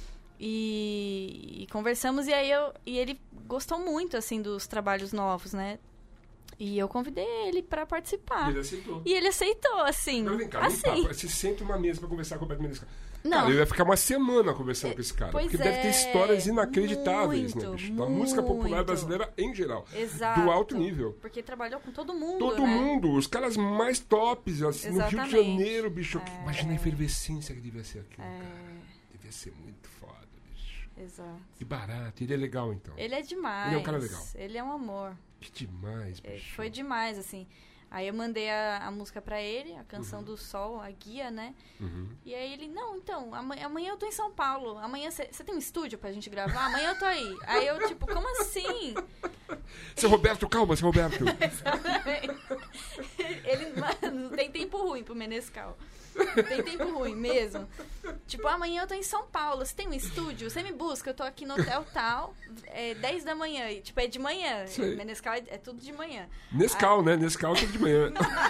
E conversamos, e ele gostou muito, assim, dos trabalhos novos, né? E eu convidei ele pra participar. E ele aceitou, assim. Mas vem cá, assim. Você senta uma mesa pra conversar com o Roberto Menescal. Não. Cara, eu ia ficar uma semana conversando com esse cara. Porque deve ter histórias inacreditáveis, né, bicho? Da música popular brasileira em geral. Exato. Do alto nível. Porque trabalhou com todo mundo, Todo mundo. Os caras mais tops, assim, no Rio de Janeiro, bicho. Imagina a efervescência que devia ser aquilo, cara. Devia ser muito foda, bicho. Exato. E barato. Ele é legal, então. Ele é demais. Ele é um cara legal. Ele é um amor. Que demais, bicho. Foi demais, assim. Aí eu mandei a música pra ele, a Canção do Sol, a guia, né? E aí ele, não, então, amanhã eu tô em São Paulo. Amanhã você tem um estúdio pra gente gravar? Amanhã eu tô aí. Aí eu, tipo, como assim? Seu Roberto, calma, seu Roberto. Exatamente. Ele, mano, não tem tempo ruim pro Menescal. Não tem tempo ruim mesmo. Tipo, amanhã eu tô em São Paulo. Você tem um estúdio? Você me busca. Eu tô aqui no hotel tal. 10 da manhã. E, tipo, é de manhã. Sei. Menescal é tudo de manhã. Nescau, né? Nescau é tudo de manhã.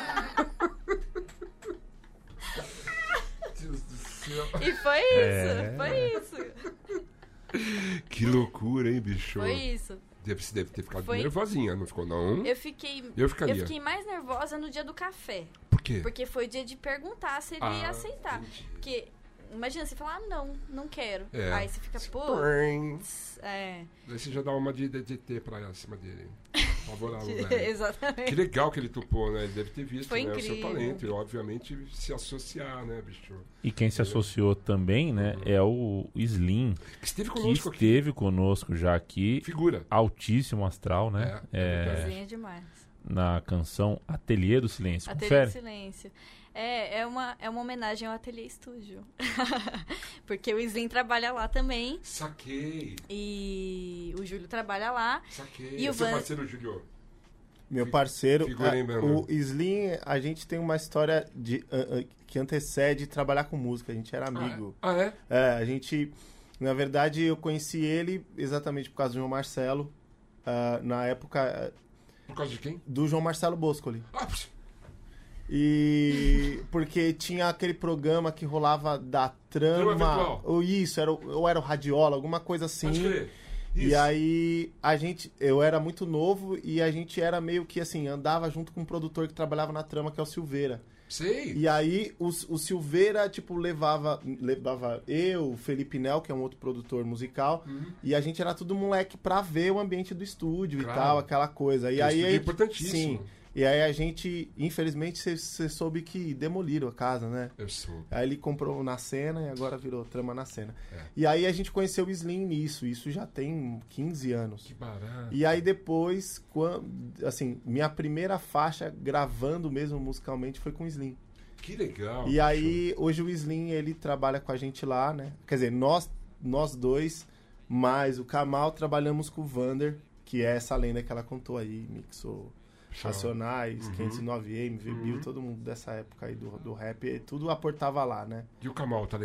Deus do céu. E foi isso. Que loucura, hein, bicho? Foi isso. Você deve ter ficado nervosinha, não ficou, não? Eu fiquei mais nervosa no dia do café. Por quê? Porque foi o dia de perguntar se ele ia aceitar. Entendi. Porque, imagina, você fala, não quero. É. Aí você fica, pô... Aí você já dá uma de ter pra cima dele. Favorável, velho. Exatamente. Que legal que ele topou, né? Ele deve ter visto, Foi né, o incrível. seu talento. E, obviamente, se associar, né, bicho? E quem se associou também, né, é o Slim. Que esteve Que conosco aqui. esteve conosco já aqui. Figura. Altíssimo astral, né? Slim é demais. Na canção Ateliê do Silêncio. Ateliê do Silêncio. É uma homenagem ao Ateliê Estúdio. Porque o Slim trabalha lá também. Saquei. E o Júlio trabalha lá. Saquei. E o seu parceiro, Júlio? Meu parceiro, o Slim, a gente tem uma história que antecede trabalhar com música. A gente era amigo. A gente, na verdade, eu conheci ele exatamente por causa do João Marcelo. Na época... Por causa de quem? Do João Marcelo Boscoli. E porque tinha aquele programa que rolava da Trama. Ou isso, era o Radiola, alguma coisa assim. Pode crer. E aí eu era muito novo e a gente era meio que assim, andava junto com um produtor que trabalhava na Trama, que é o Silveira. Sei. E aí o Silveira, tipo, levava eu, o Felipe Nel, que é um outro produtor musical, e a gente era tudo moleque pra ver o ambiente do estúdio e tal, aquela coisa. E aí, é importantíssimo. Sim. E aí a gente, infelizmente, você soube que demoliram a casa, né? Eu soube. Aí ele comprou na Cena e agora virou Trama na Cena. E aí a gente conheceu o Slim nisso. Isso já tem 15 anos. Que barato. E aí depois, assim, minha primeira faixa gravando mesmo musicalmente foi com o Slim. Que legal. E aí, hoje o Slim, ele trabalha com a gente lá, né? Quer dizer, nós dois, mais o Kamal, trabalhamos com o Vander, que é essa lenda que ela contou aí, mixou Racionais, 509 MV Bill, todo mundo dessa época aí do rap, tudo aportava lá, né? E o Kamal, tá legal?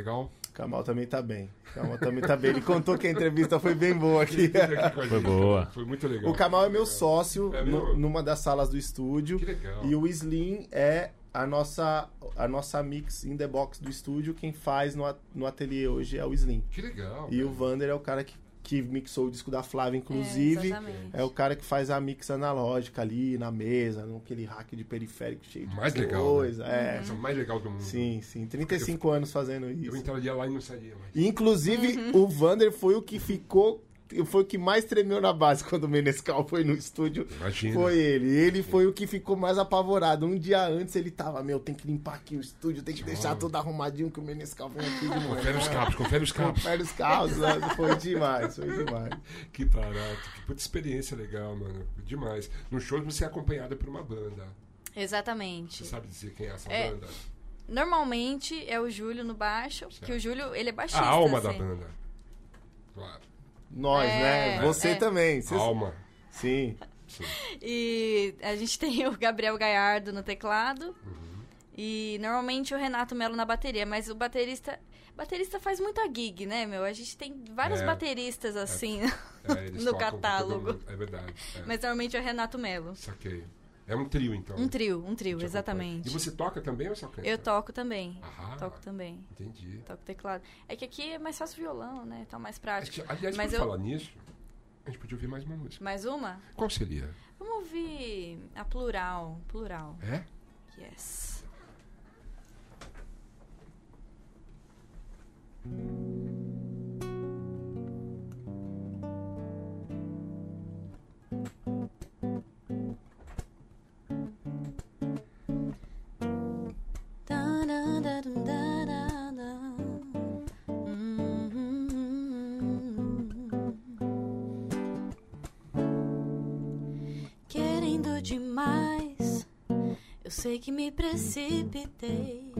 Kamal também tá bem. Ele contou que a entrevista foi bem boa aqui. Foi boa. Foi muito legal. O Kamal é meu sócio numa das salas do estúdio. Que legal. E o Slim é a nossa mix in the box do estúdio. Quem faz no ateliê hoje é o Slim. Que legal. E o Vander é o cara que mixou o disco da Flávia, inclusive. É o cara que faz a mix analógica ali na mesa, naquele rack de periférico cheio de mais coisa. Legal, né? É o mais legal do mundo. Sim. 35 anos fazendo isso. Eu entraria lá e não sairia mais. Inclusive, o Vander foi o que foi o que mais tremeu na base quando o Menescal foi no estúdio. Imagina. Foi ele. Ele foi o que ficou mais apavorado. Um dia antes ele tava, tem que limpar aqui o estúdio, tem que deixar tudo arrumadinho que o Menescal vem aqui de novo. Confere os cabos. Confere os cabos, né? Foi demais. Que barato, que puta experiência legal, mano. Demais. No show você é acompanhada por uma banda. Exatamente. Você sabe dizer quem é essa banda? Normalmente é o Júlio no baixo, que o Júlio, ele é baixista. A alma assim. da banda. Claro. Nós, né? Você também. Alma. Sim. E a gente tem o Gabriel Gallardo no teclado. E normalmente o Renato Melo na bateria. Mas o baterista faz muita gig, né, meu? A gente tem vários bateristas assim no catálogo. É verdade. Mas normalmente é o Renato Melo. Saquei. É um trio, então. Um trio, exatamente. E você toca também ou só canta? Eu toco também. Toco também. Entendi. Toco teclado. É que aqui é mais fácil violão, né? Tá mais prático. Aliás, mas falar nisso, a gente podia ouvir mais uma música. Mais uma? Qual seria? Vamos ouvir a Plural. É? Yes. Querendo demais, eu sei que me precipitei.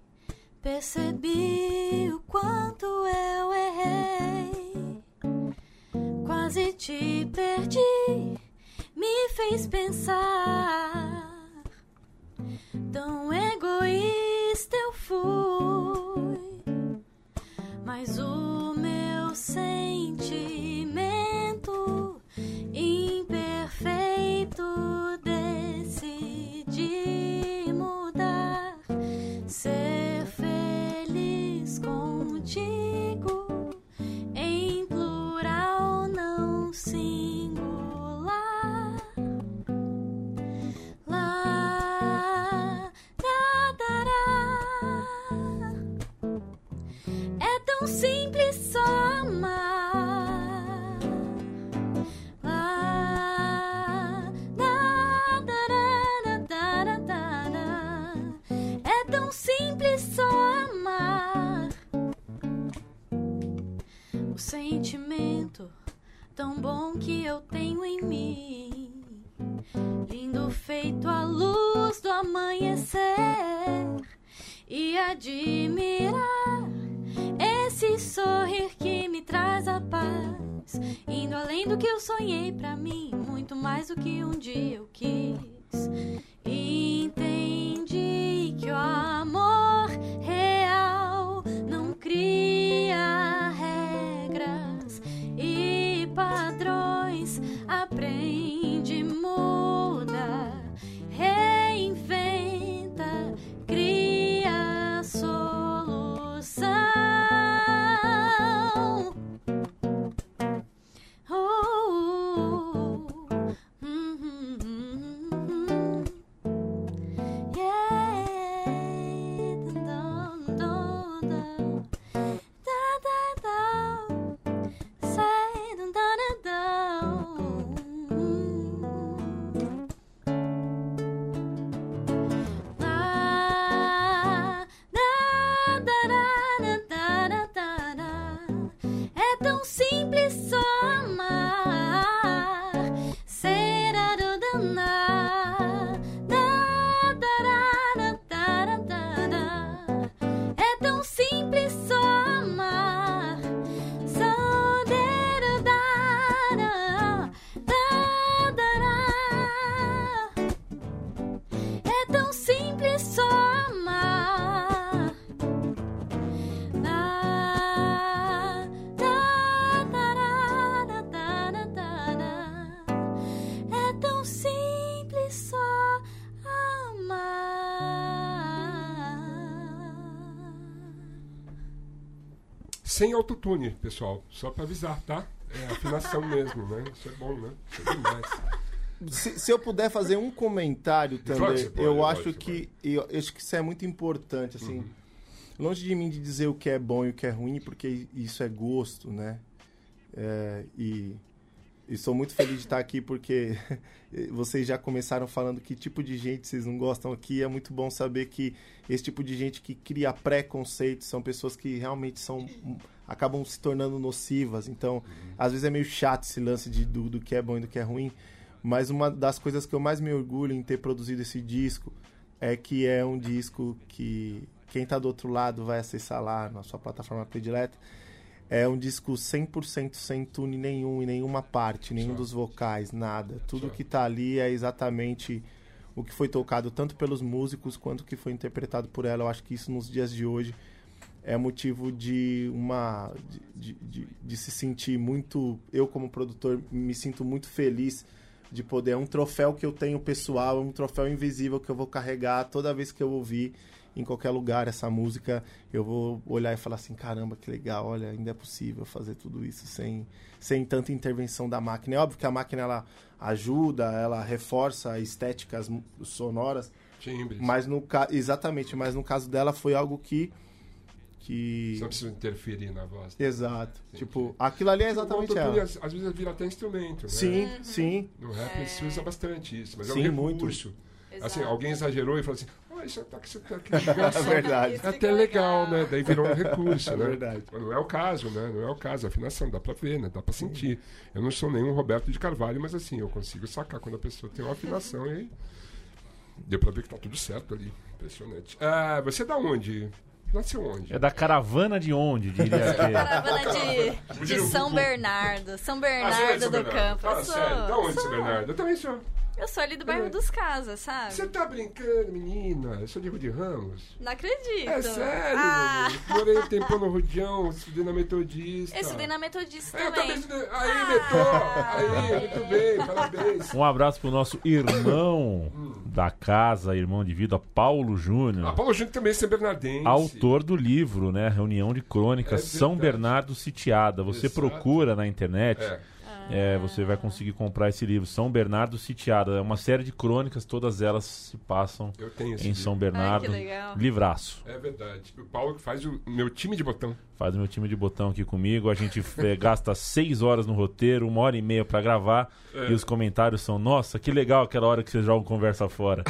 Percebi o quanto eu errei. Quase te perdi, me fez pensar. Tão egoísta eu fui, mas o meu sentimento imperfeito decidi mudar. Ser feliz contigo em plural, não singular. É tão simples só amar. É tão simples só amar. O sentimento tão bom que eu tenho em mim, lindo feito a luz do amanhecer, e admirar esse sorrir que me traz a paz, indo além do que eu sonhei pra mim, muito mais do que um dia eu quis. Entendi que o amor real não cria regras e padrões, aprende, muda, reinventa, cria solução. sem autotune, pessoal. Só pra avisar, tá? É afinação mesmo, né? Isso é bom, né? Isso é demais. Se eu puder fazer um comentário também, eu acho que isso é muito importante, assim. Longe de mim de dizer o que é bom e o que é ruim, porque isso é gosto, né? E sou muito feliz de estar aqui porque vocês já começaram falando que tipo de gente vocês não gostam aqui. É muito bom saber que esse tipo de gente que cria preconceitos são pessoas que realmente acabam se tornando nocivas. Então, às vezes é meio chato esse lance do que é bom e do que é ruim. Mas uma das coisas que eu mais me orgulho em ter produzido esse disco é que é um disco que quem está do outro lado vai acessar lá na sua plataforma predileta. É um disco 100% sem tune nenhum, em nenhuma parte, nenhum dos vocais, nada. Tudo que está ali é exatamente o que foi tocado tanto pelos músicos quanto o que foi interpretado por ela. Eu acho que isso nos dias de hoje é motivo de se sentir muito... Eu, como produtor, me sinto muito feliz de poder... É um troféu que eu tenho pessoal, é um troféu invisível que eu vou carregar toda vez que eu ouvir em qualquer lugar essa música. Eu vou olhar e falar assim, caramba, que legal, olha, ainda é possível fazer tudo isso sem tanta intervenção da máquina. É óbvio que a máquina, ela ajuda, ela reforça estéticas sonoras, mas exatamente, mas no caso dela foi algo que você não precisa interferir na voz. Exato. Sim, tipo, aquilo ali é exatamente ela. Às vezes vira até instrumento, né? Sim. No rap se usa bastante isso, mas sim, é um recurso. Muito. Assim, alguém exagerou e falou assim, isso tá é verdade. É até legal, né? Daí virou um recurso, né? É verdade. Mas não é o caso, né? Não é o caso. A afinação, dá pra ver, né? Dá pra sentir. Eu não sou nenhum Roberto de Carvalho, mas assim, eu consigo sacar quando a pessoa tem uma afinação e deu pra ver que tá tudo certo ali. Impressionante. Você é da onde? Nasceu onde? É da caravana de onde, diria que? Caravana de São Bernardo. São Bernardo do Campo. Fala sério, da onde São Bernardo? Eu também sou. Eu sou ali do bairro dos Casas, sabe? Você tá brincando, menina? Eu sou de Rua de Ramos. Não acredito. É sério? Morei um tempo no Rudião, estudei na Metodista. Eu estudei na Metodista Eu também. estudei. Aí, Metô! Aí, muito bem, parabéns. Um abraço pro nosso irmão da casa, irmão de vida, Paulo Júnior. Paulo Júnior também é São Bernardense. Autor do livro, né? Reunião de Crônicas, São Bernardo Sitiada. Você procura na internet. Você vai conseguir comprar esse livro, São Bernardo Sitiada. É uma série de crônicas, todas elas se passam em São Bernardo. Que legal. Livraço. É verdade. O Paulo que faz o meu time de botão. Faz o meu time de botão aqui comigo. A gente gasta 6 horas no roteiro, 1h30 pra gravar. E os comentários são, nossa, que legal aquela hora que vocês jogam conversa fora.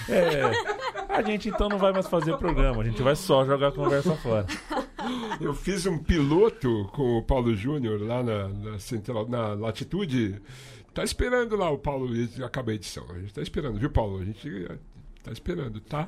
A gente então não vai mais fazer programa, a gente vai só jogar conversa fora. Eu fiz um piloto com o Paulo Júnior lá na Central, na Latitude. Tá esperando lá o Paulo acabar a edição. A gente tá esperando, viu, Paulo? A gente tá esperando, tá?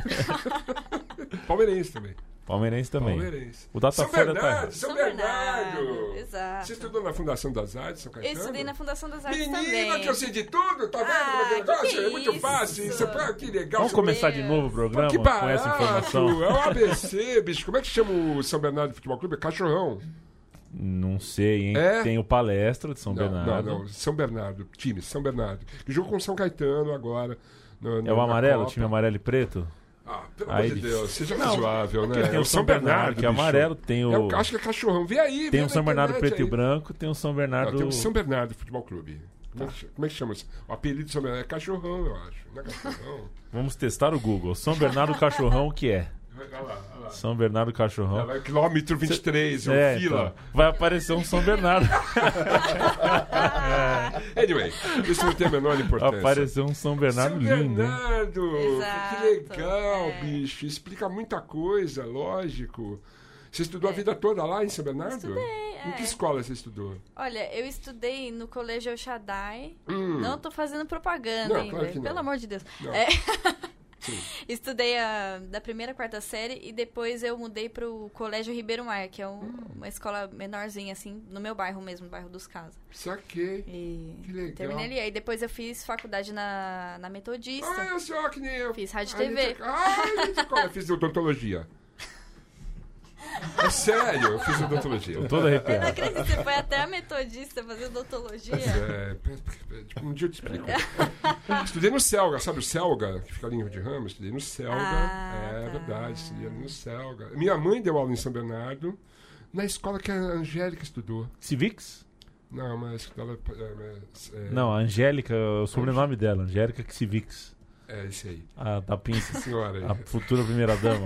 Palmeirense também. Palmeirense também. Palmeirense. O Datafeira São Bernardo. Exato. Você estudou na Fundação das Artes, São Caetano? Eu estudei na Fundação das Artes Menina, também. Menina, que eu sei de tudo, tá vendo como é que é muito fácil. Isso é que legal. Vamos começar de novo o programa que barato, com essa informação? É o ABC, bicho. Como é que chama o São Bernardo Futebol Clube? É Cachorrão. Não sei, hein? Tem o Palestra de São Bernardo. Não. São Bernardo, time, São Bernardo. Que jogou com São Caetano agora. É o amarelo, o time amarelo e preto? Pelo amor de Deus, seja razoável, né? Tem o São Bernardo, que é amarelo, tem o... acho que é Cachorrão, vê aí. Tem o São Bernardo preto e branco, tem o São Bernardo... Tem o São Bernardo Futebol Clube. Como é que chama isso? O apelido do São Bernardo é Cachorrão, eu acho. Não é Cachorrão? Vamos testar o Google. São Bernardo Cachorrão, o que é? Olha lá. São Bernardo Cachorrão. Vai quilômetro 23, fila. Então, vai aparecer um São Bernardo. Anyway, isso não tem a menor importância. Apareceu um São Bernardo lindo. Bernardo, Exato, que legal, bicho. Explica muita coisa, lógico. Você estudou a vida toda lá em São Bernardo? Estudei, Em que escola você estudou? Olha, eu estudei no Colégio El Shaddai. Não tô fazendo propaganda ainda. Claro que não. Pelo amor de Deus. Estudei da primeira à quarta série e depois eu mudei pro Colégio Ribeiro Maia, que é uma escola menorzinha, assim, no meu bairro mesmo, no bairro dos Casas. Saquei. Que legal. Terminei ali. Aí depois eu fiz faculdade na Metodista. Olha só, que nem eu. Fiz rádio e TV. Eu fiz odontologia. É sério, eu fiz odontologia. Tô todo arrepiado. Eu não acredito, você foi até a Metodista fazer odontologia. Um dia eu te explico. Estudei no Selga, sabe o Selga, que fica ali em Rio de Ramos? Estudei no Selga. Verdade, estudei ali no Selga. Minha mãe deu aula em São Bernardo, Na escola que a Angélica estudou. Civics? Não, mas ela... Não, a Angélica, o sobrenome dela, Angélica Civics. É, esse aí. Da Pinça. Senhora aí. A futura primeira-dama.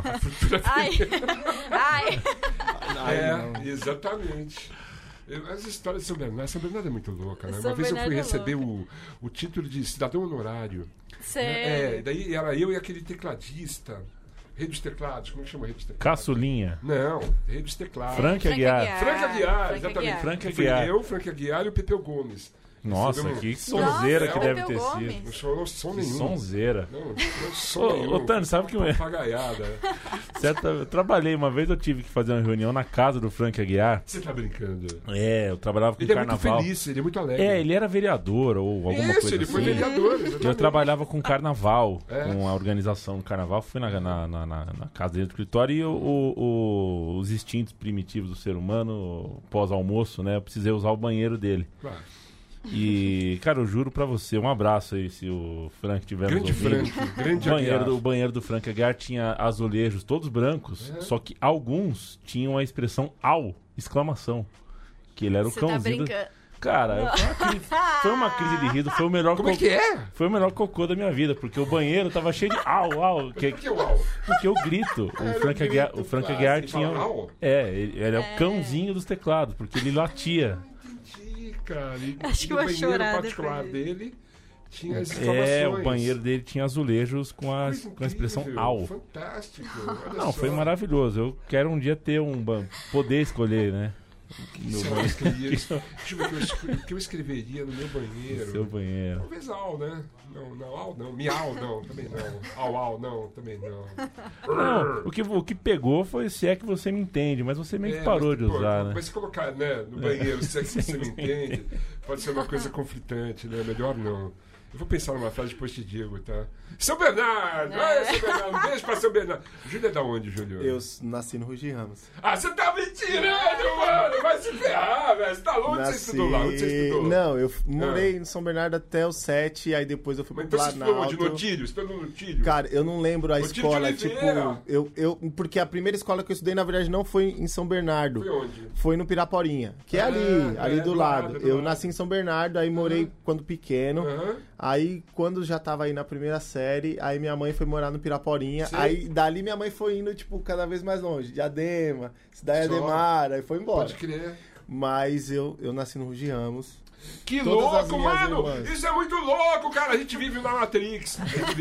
Exatamente. As histórias de São Bernardo é muito louca, né? Uma vez eu fui receber o título de cidadão honorário. Sério? Daí era eu e aquele tecladista, rei dos teclados, como é que chama rei dos teclados? Caçulinha. Não, rei dos teclados. Frank Aguiar. Frank Aguiar, exatamente. Frank Aguiar. Eu, Frank Aguiar e o Pepeu Gomes. Nossa, que sonzeira que deve ter sido. Não sou som nenhum. Sonzeira. Não som nenhum. Ô, Tânia, sabe que... Papagaiada. Eu trabalhei, uma vez eu tive que fazer uma reunião na casa do Frank Aguiar. Você tá brincando? Eu trabalhava com ele carnaval. Ele é muito feliz, ele é muito alegre. Ele era vereador ou alguma coisa assim. Ele foi vereador, exatamente. Eu trabalhava com carnaval, com a organização do carnaval. Fui na casa dele do escritório e os instintos primitivos do ser humano, pós-almoço, né? Eu precisei usar o banheiro dele. Claro. E, cara, eu juro pra você, um abraço aí se o Frank tiver nos ouvindo. O banheiro do Frank Aguiar tinha azulejos todos brancos, só que alguns tinham a expressão "au!", exclamação. Que ele era o cãozinho. Tá Cara, foi uma crise de riso, foi o melhor Foi o melhor cocô da minha vida, porque o banheiro tava cheio de au. Por que o au? Porque eu grito. O Frank Aguiar tinha. Ele era o cãozinho dos teclados, porque ele latia. Cara, acho que eu vou chorar particular dele tinha as exclamações. O banheiro dele tinha azulejos com a expressão "au". Fantástico. Não, foi maravilhoso. Eu quero um dia ter poder escolher, né? Deixa eu ver o que eu escreveria no meu banheiro. Seu banheiro. Talvez "au", né? Não, "au" não. "Miau" não, também não. "Au" não, também não. Não, o que pegou foi "se é que você me entende", mas você meio que parou de usar, né? Mas se colocar, né, no banheiro, "se é que você me entende", pode ser uma coisa conflitante, né? Melhor não. Eu vou pensar numa frase, depois te digo, tá? São Bernardo! São Bernardo! Um beijo pra São Bernardo. Júlio é da onde, Júlio? Eu nasci no Rugi Ramos. Você tá mentirando, mano! Vai se ferrar, velho! Você tá louco? Onde você estudou lá? Onde você estudou? Não, eu morei em São Bernardo até os 7, aí depois eu fui pro Planalto. Mas então você estudou onde? No Tílio? Você estudou no Tílio? Cara, eu não lembro a escola, porque a primeira escola que eu estudei, na verdade, não foi em São Bernardo. Foi onde? Foi no Piraporinha, que é ali do lado. Eu nasci em São Bernardo, aí morei quando pequeno. Aí, quando já tava aí na primeira série, aí minha mãe foi morar no Piraporinha. Sim. Aí, dali minha mãe foi indo, tipo, cada vez mais longe. Diadema, Cidade Ademar, aí foi embora. Pode crer. Mas eu nasci no Rugi Ramos. Que louco, mano! Irmãs. Isso é muito louco, cara! A gente vive na Matrix.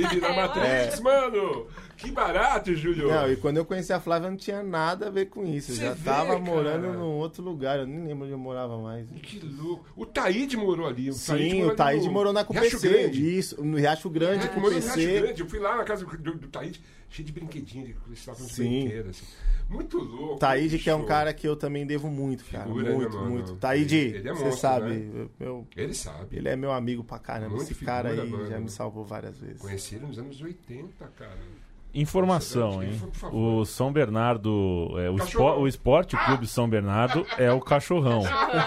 Mano! Que barato, Júlio! Não, e quando eu conheci a Flávia, não tinha nada a ver com isso. Eu já tava morando num outro lugar. Eu nem lembro onde eu morava mais. Que louco! O Taíde morou ali. O Taíde morou na CUPC. Isso, no Riacho Grande, CUPC. Morou no Riacho Grande. Eu fui lá na casa do Taíde, cheio de brinquedinhos, de brinquedos, assim. Muito louco. Taíde, que é um cara que eu também devo muito, cara. Muito. Taíde, você sabe. Né? Ele sabe. Ele é meu amigo pra caramba. Esse cara aí já me salvou várias vezes. Conheci ele nos anos 80, cara. Informação, hein? O São Bernardo, o Esporte Clube São Bernardo é o Cachorrão.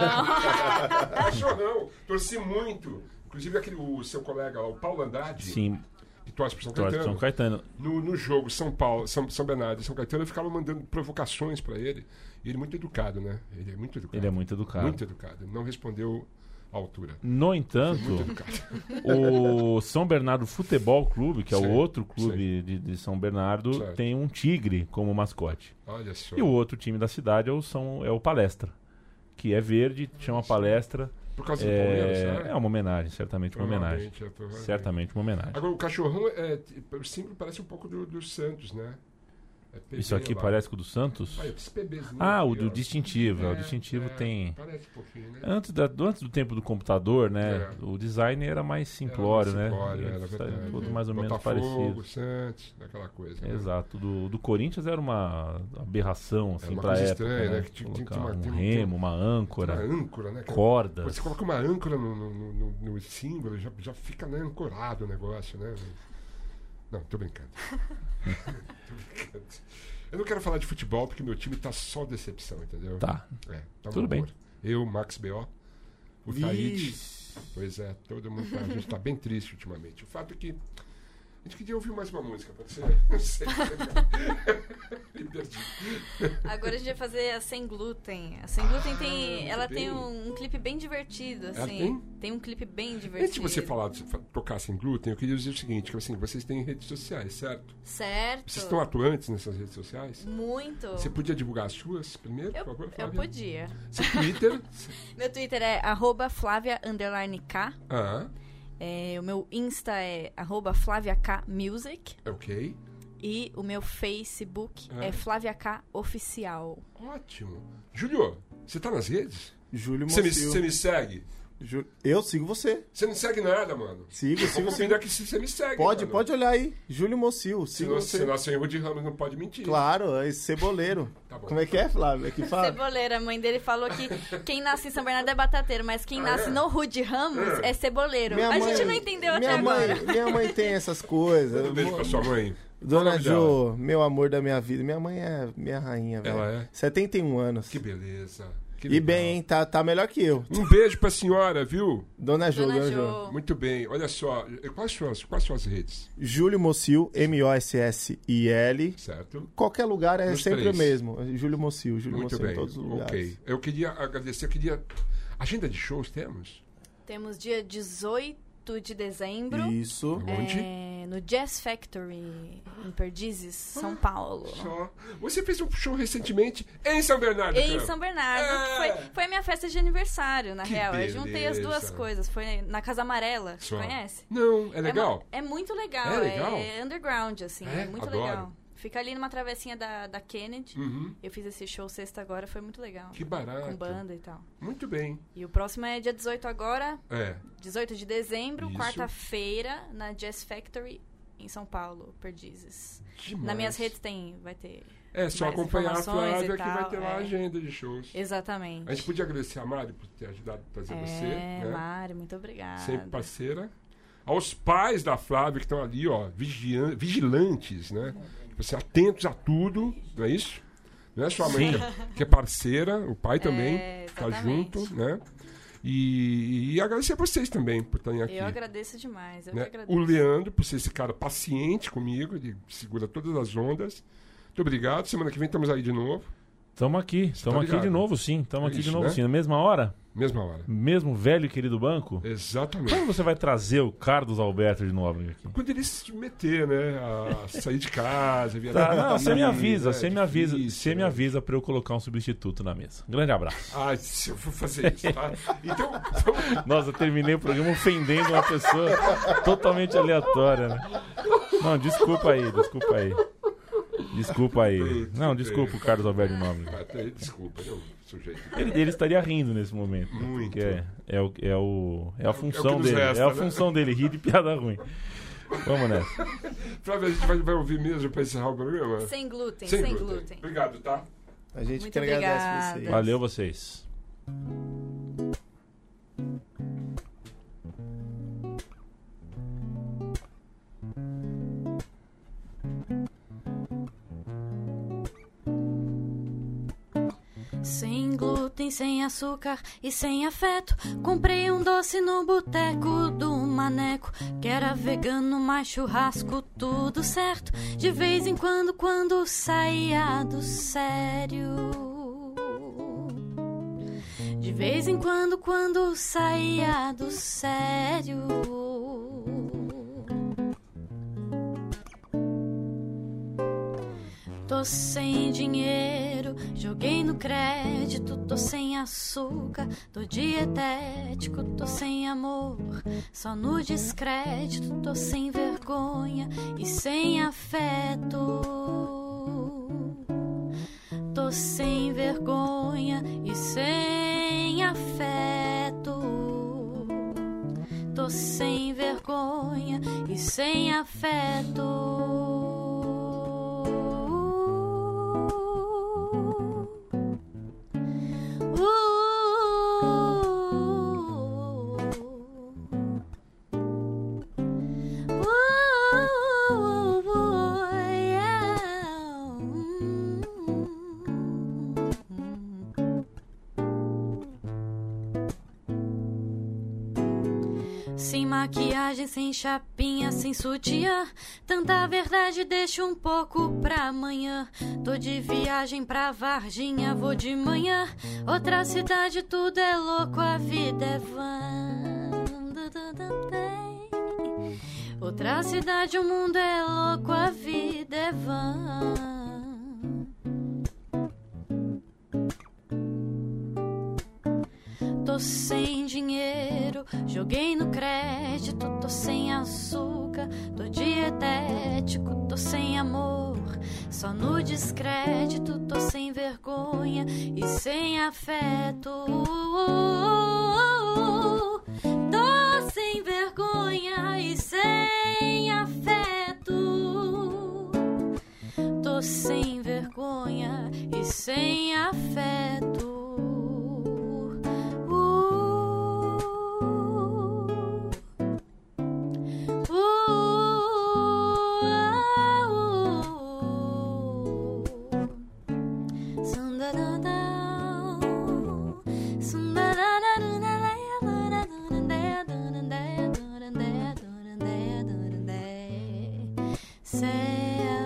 Cachorrão. Torci muito. Inclusive o seu colega, o Paulo Andrade. Sim. Que torce pro São Caetano. No jogo São Bernardo e São Caetano, eu ficava mandando provocações pra ele. E ele é muito educado, né? Ele é muito educado. Muito educado. Não respondeu à altura. No entanto, o São Bernardo Futebol Clube, que é o outro clube de São Bernardo, tem um tigre como mascote. Olha só. E o outro time da cidade é o Palestra, que é verde, chama Palestra. Por causa do Palmeiras, né? É uma homenagem, certamente uma homenagem. Certamente uma homenagem. Agora, o Cachorrão sempre parece um pouco do Santos, né? Isso aqui lá. Parece com o do Santos? O do distintivo. O distintivo tem... Parece um pouquinho, né? Antes do tempo do computador, né? O design era mais simplório, né? Era tudo mais ou menos Botafogo, parecido. Santos, aquela coisa. Né? Exato. Do Corinthians era uma aberração, assim, pra época. Estranha, né? Tinha um remo, uma âncora. Uma âncora, né? Cordas. Você coloca uma âncora no símbolo, já fica, né, ancorado o negócio, né? Não, tô brincando. Eu não quero falar de futebol porque meu time tá só decepção, entendeu? Tá tudo bem. Eu, Max B.O., o Taíde. Pois é, todo mundo a gente tá bem triste ultimamente. O fato é que A gente queria ouvir mais uma música, pode ser? Não sei. Me perdi. Agora a gente vai fazer a Sem Glúten. A Sem Glúten tem um clipe bem divertido, assim. Tem um clipe bem divertido. Antes de você tocar Sem Glúten, eu queria dizer o seguinte, que assim, vocês têm redes sociais, certo? Certo. Vocês estão atuantes nessas redes sociais? Muito. Você podia divulgar as suas primeiro, por favor, Flávia? Eu podia. Seu Twitter? Meu Twitter é @Flávia_K. O meu Insta é @FláviaKmusic. Ok. E o meu Facebook é Flávia K Oficial. Ótimo. Júlio, você tá nas redes? Júlio Mocil. Você me segue? Eu sigo você. Você não segue nada, mano. Sigo. Que você me segue. Pode olhar aí. Júlio Mocil. Sigo você. Se nosso erro de Ramos não pode mentir. Claro, é ceboleiro. Tá bom. Como é que é, Flávio? É que fala? Ceboleira. A mãe dele falou que quem nasce em São Bernardo é batateiro, mas quem nasce no Rude Ramos é ceboleiro. Gente não entendeu até agora. Minha mãe tem essas coisas. Um beijo pra sua mãe. Dona Jo, meu amor da minha vida. Minha mãe é minha rainha, velho. Ela é? 71 anos. Que beleza. E bem, hein? Tá melhor que eu. Um beijo pra senhora, viu? Dona Jo. Muito bem. Olha só, quais são as redes? Júlio Mocil, Mossil. Certo. Qualquer lugar é Nos sempre três. o mesmo. Júlio Mocil Muito bem. em todos os lugares. Ok. Eu queria agradecer, agenda de shows temos? Temos dia 18 de dezembro. Isso. Onde? No Jazz Factory, em Perdizes, São Paulo. Só. Você fez um show recentemente em São Bernardo. Em São Bernardo, que foi a minha festa de aniversário, na Que real. beleza. Eu juntei as duas coisas. Foi na Casa Amarela, Só. conhece? Não, é legal? É muito legal. É legal? É underground, assim. É muito Adoro. legal. Fica ali numa travessinha da Kennedy. Uhum. Eu fiz esse show sexta agora, foi muito legal. Que barato. Com banda e tal. Muito bem. E o próximo é dia 18 agora, 18 de dezembro, Isso. quarta-feira, na Jazz Factory, em São Paulo, Perdizes. Demais. Nas minhas redes vai ter só mais acompanhar a informações Flávia e que tal, vai ter lá a agenda de shows. Exatamente. A gente podia agradecer a Mari por ter ajudado a trazer você. Né? Mari, muito obrigada. Sempre parceira. Aos pais da Flávia que estão ali, ó, vigilantes, né? Tipo assim, atentos a tudo, não é isso? Não é só a mãe que é parceira, o pai também tá junto, né? E agradecer a vocês também por estarem aqui. Eu agradeço demais, eu né? que agradeço. O Leandro, por ser esse cara paciente comigo, ele segura todas as ondas. Muito obrigado. Semana que vem estamos aí de novo. Estamos aqui de novo, sim. Estamos aqui de novo, né? sim. Na mesma hora? Mesma hora. Mesmo velho e querido banco? Exatamente. Quando você vai trazer o Carlos Alberto de Nóbrega aqui? Quando ele se meter, né? A sair de casa, Tá, não, você me avisa, você você me avisa pra eu colocar um substituto na mesa. Grande abraço. Se eu vou fazer isso, tá? Então... Nossa, eu terminei o programa ofendendo uma pessoa totalmente aleatória, né? Não, desculpa aí. Não, desculpa o Carlos Alberto de Nóbrega. Desculpa, eu sujeito. Ele estaria rindo nesse momento. Muito. Porque é a função dele. Resta, é a né? função dele, rir de piada ruim. Vamos nessa. Flávia, a gente vai ouvir mesmo pra encerrar o programa? Sem glúten, Sem sem glúten. glúten. Obrigado, tá? A gente Muito que agradece obrigada. vocês. Valeu vocês. Sem glúten, sem açúcar e sem afeto. Comprei um doce no boteco do Maneco, que era vegano, mais churrasco, tudo certo. De vez em quando saía do sério. De vez em quando saía do sério. Tô sem dinheiro, joguei no crédito. Tô sem açúcar, tô dietético. Tô sem amor, só no descrédito. Tô sem vergonha e sem afeto. Tô sem vergonha e sem afeto. Tô sem vergonha e sem afeto. maquiagem, sem chapinha, sem sutiã. Tanta verdade deixa um pouco pra amanhã. Tô de viagem pra Varginha, vou de manhã. Outra cidade, tudo é louco, a vida é vã. Outra cidade, o mundo é louco, a vida é vã. Tô sem dinheiro, joguei no crédito, tô sem açúcar, tô dietético, tô sem amor, só no descrédito, tô sem vergonha e sem afeto. Tô sem vergonha e sem afeto. Tô sem vergonha e sem afeto. Say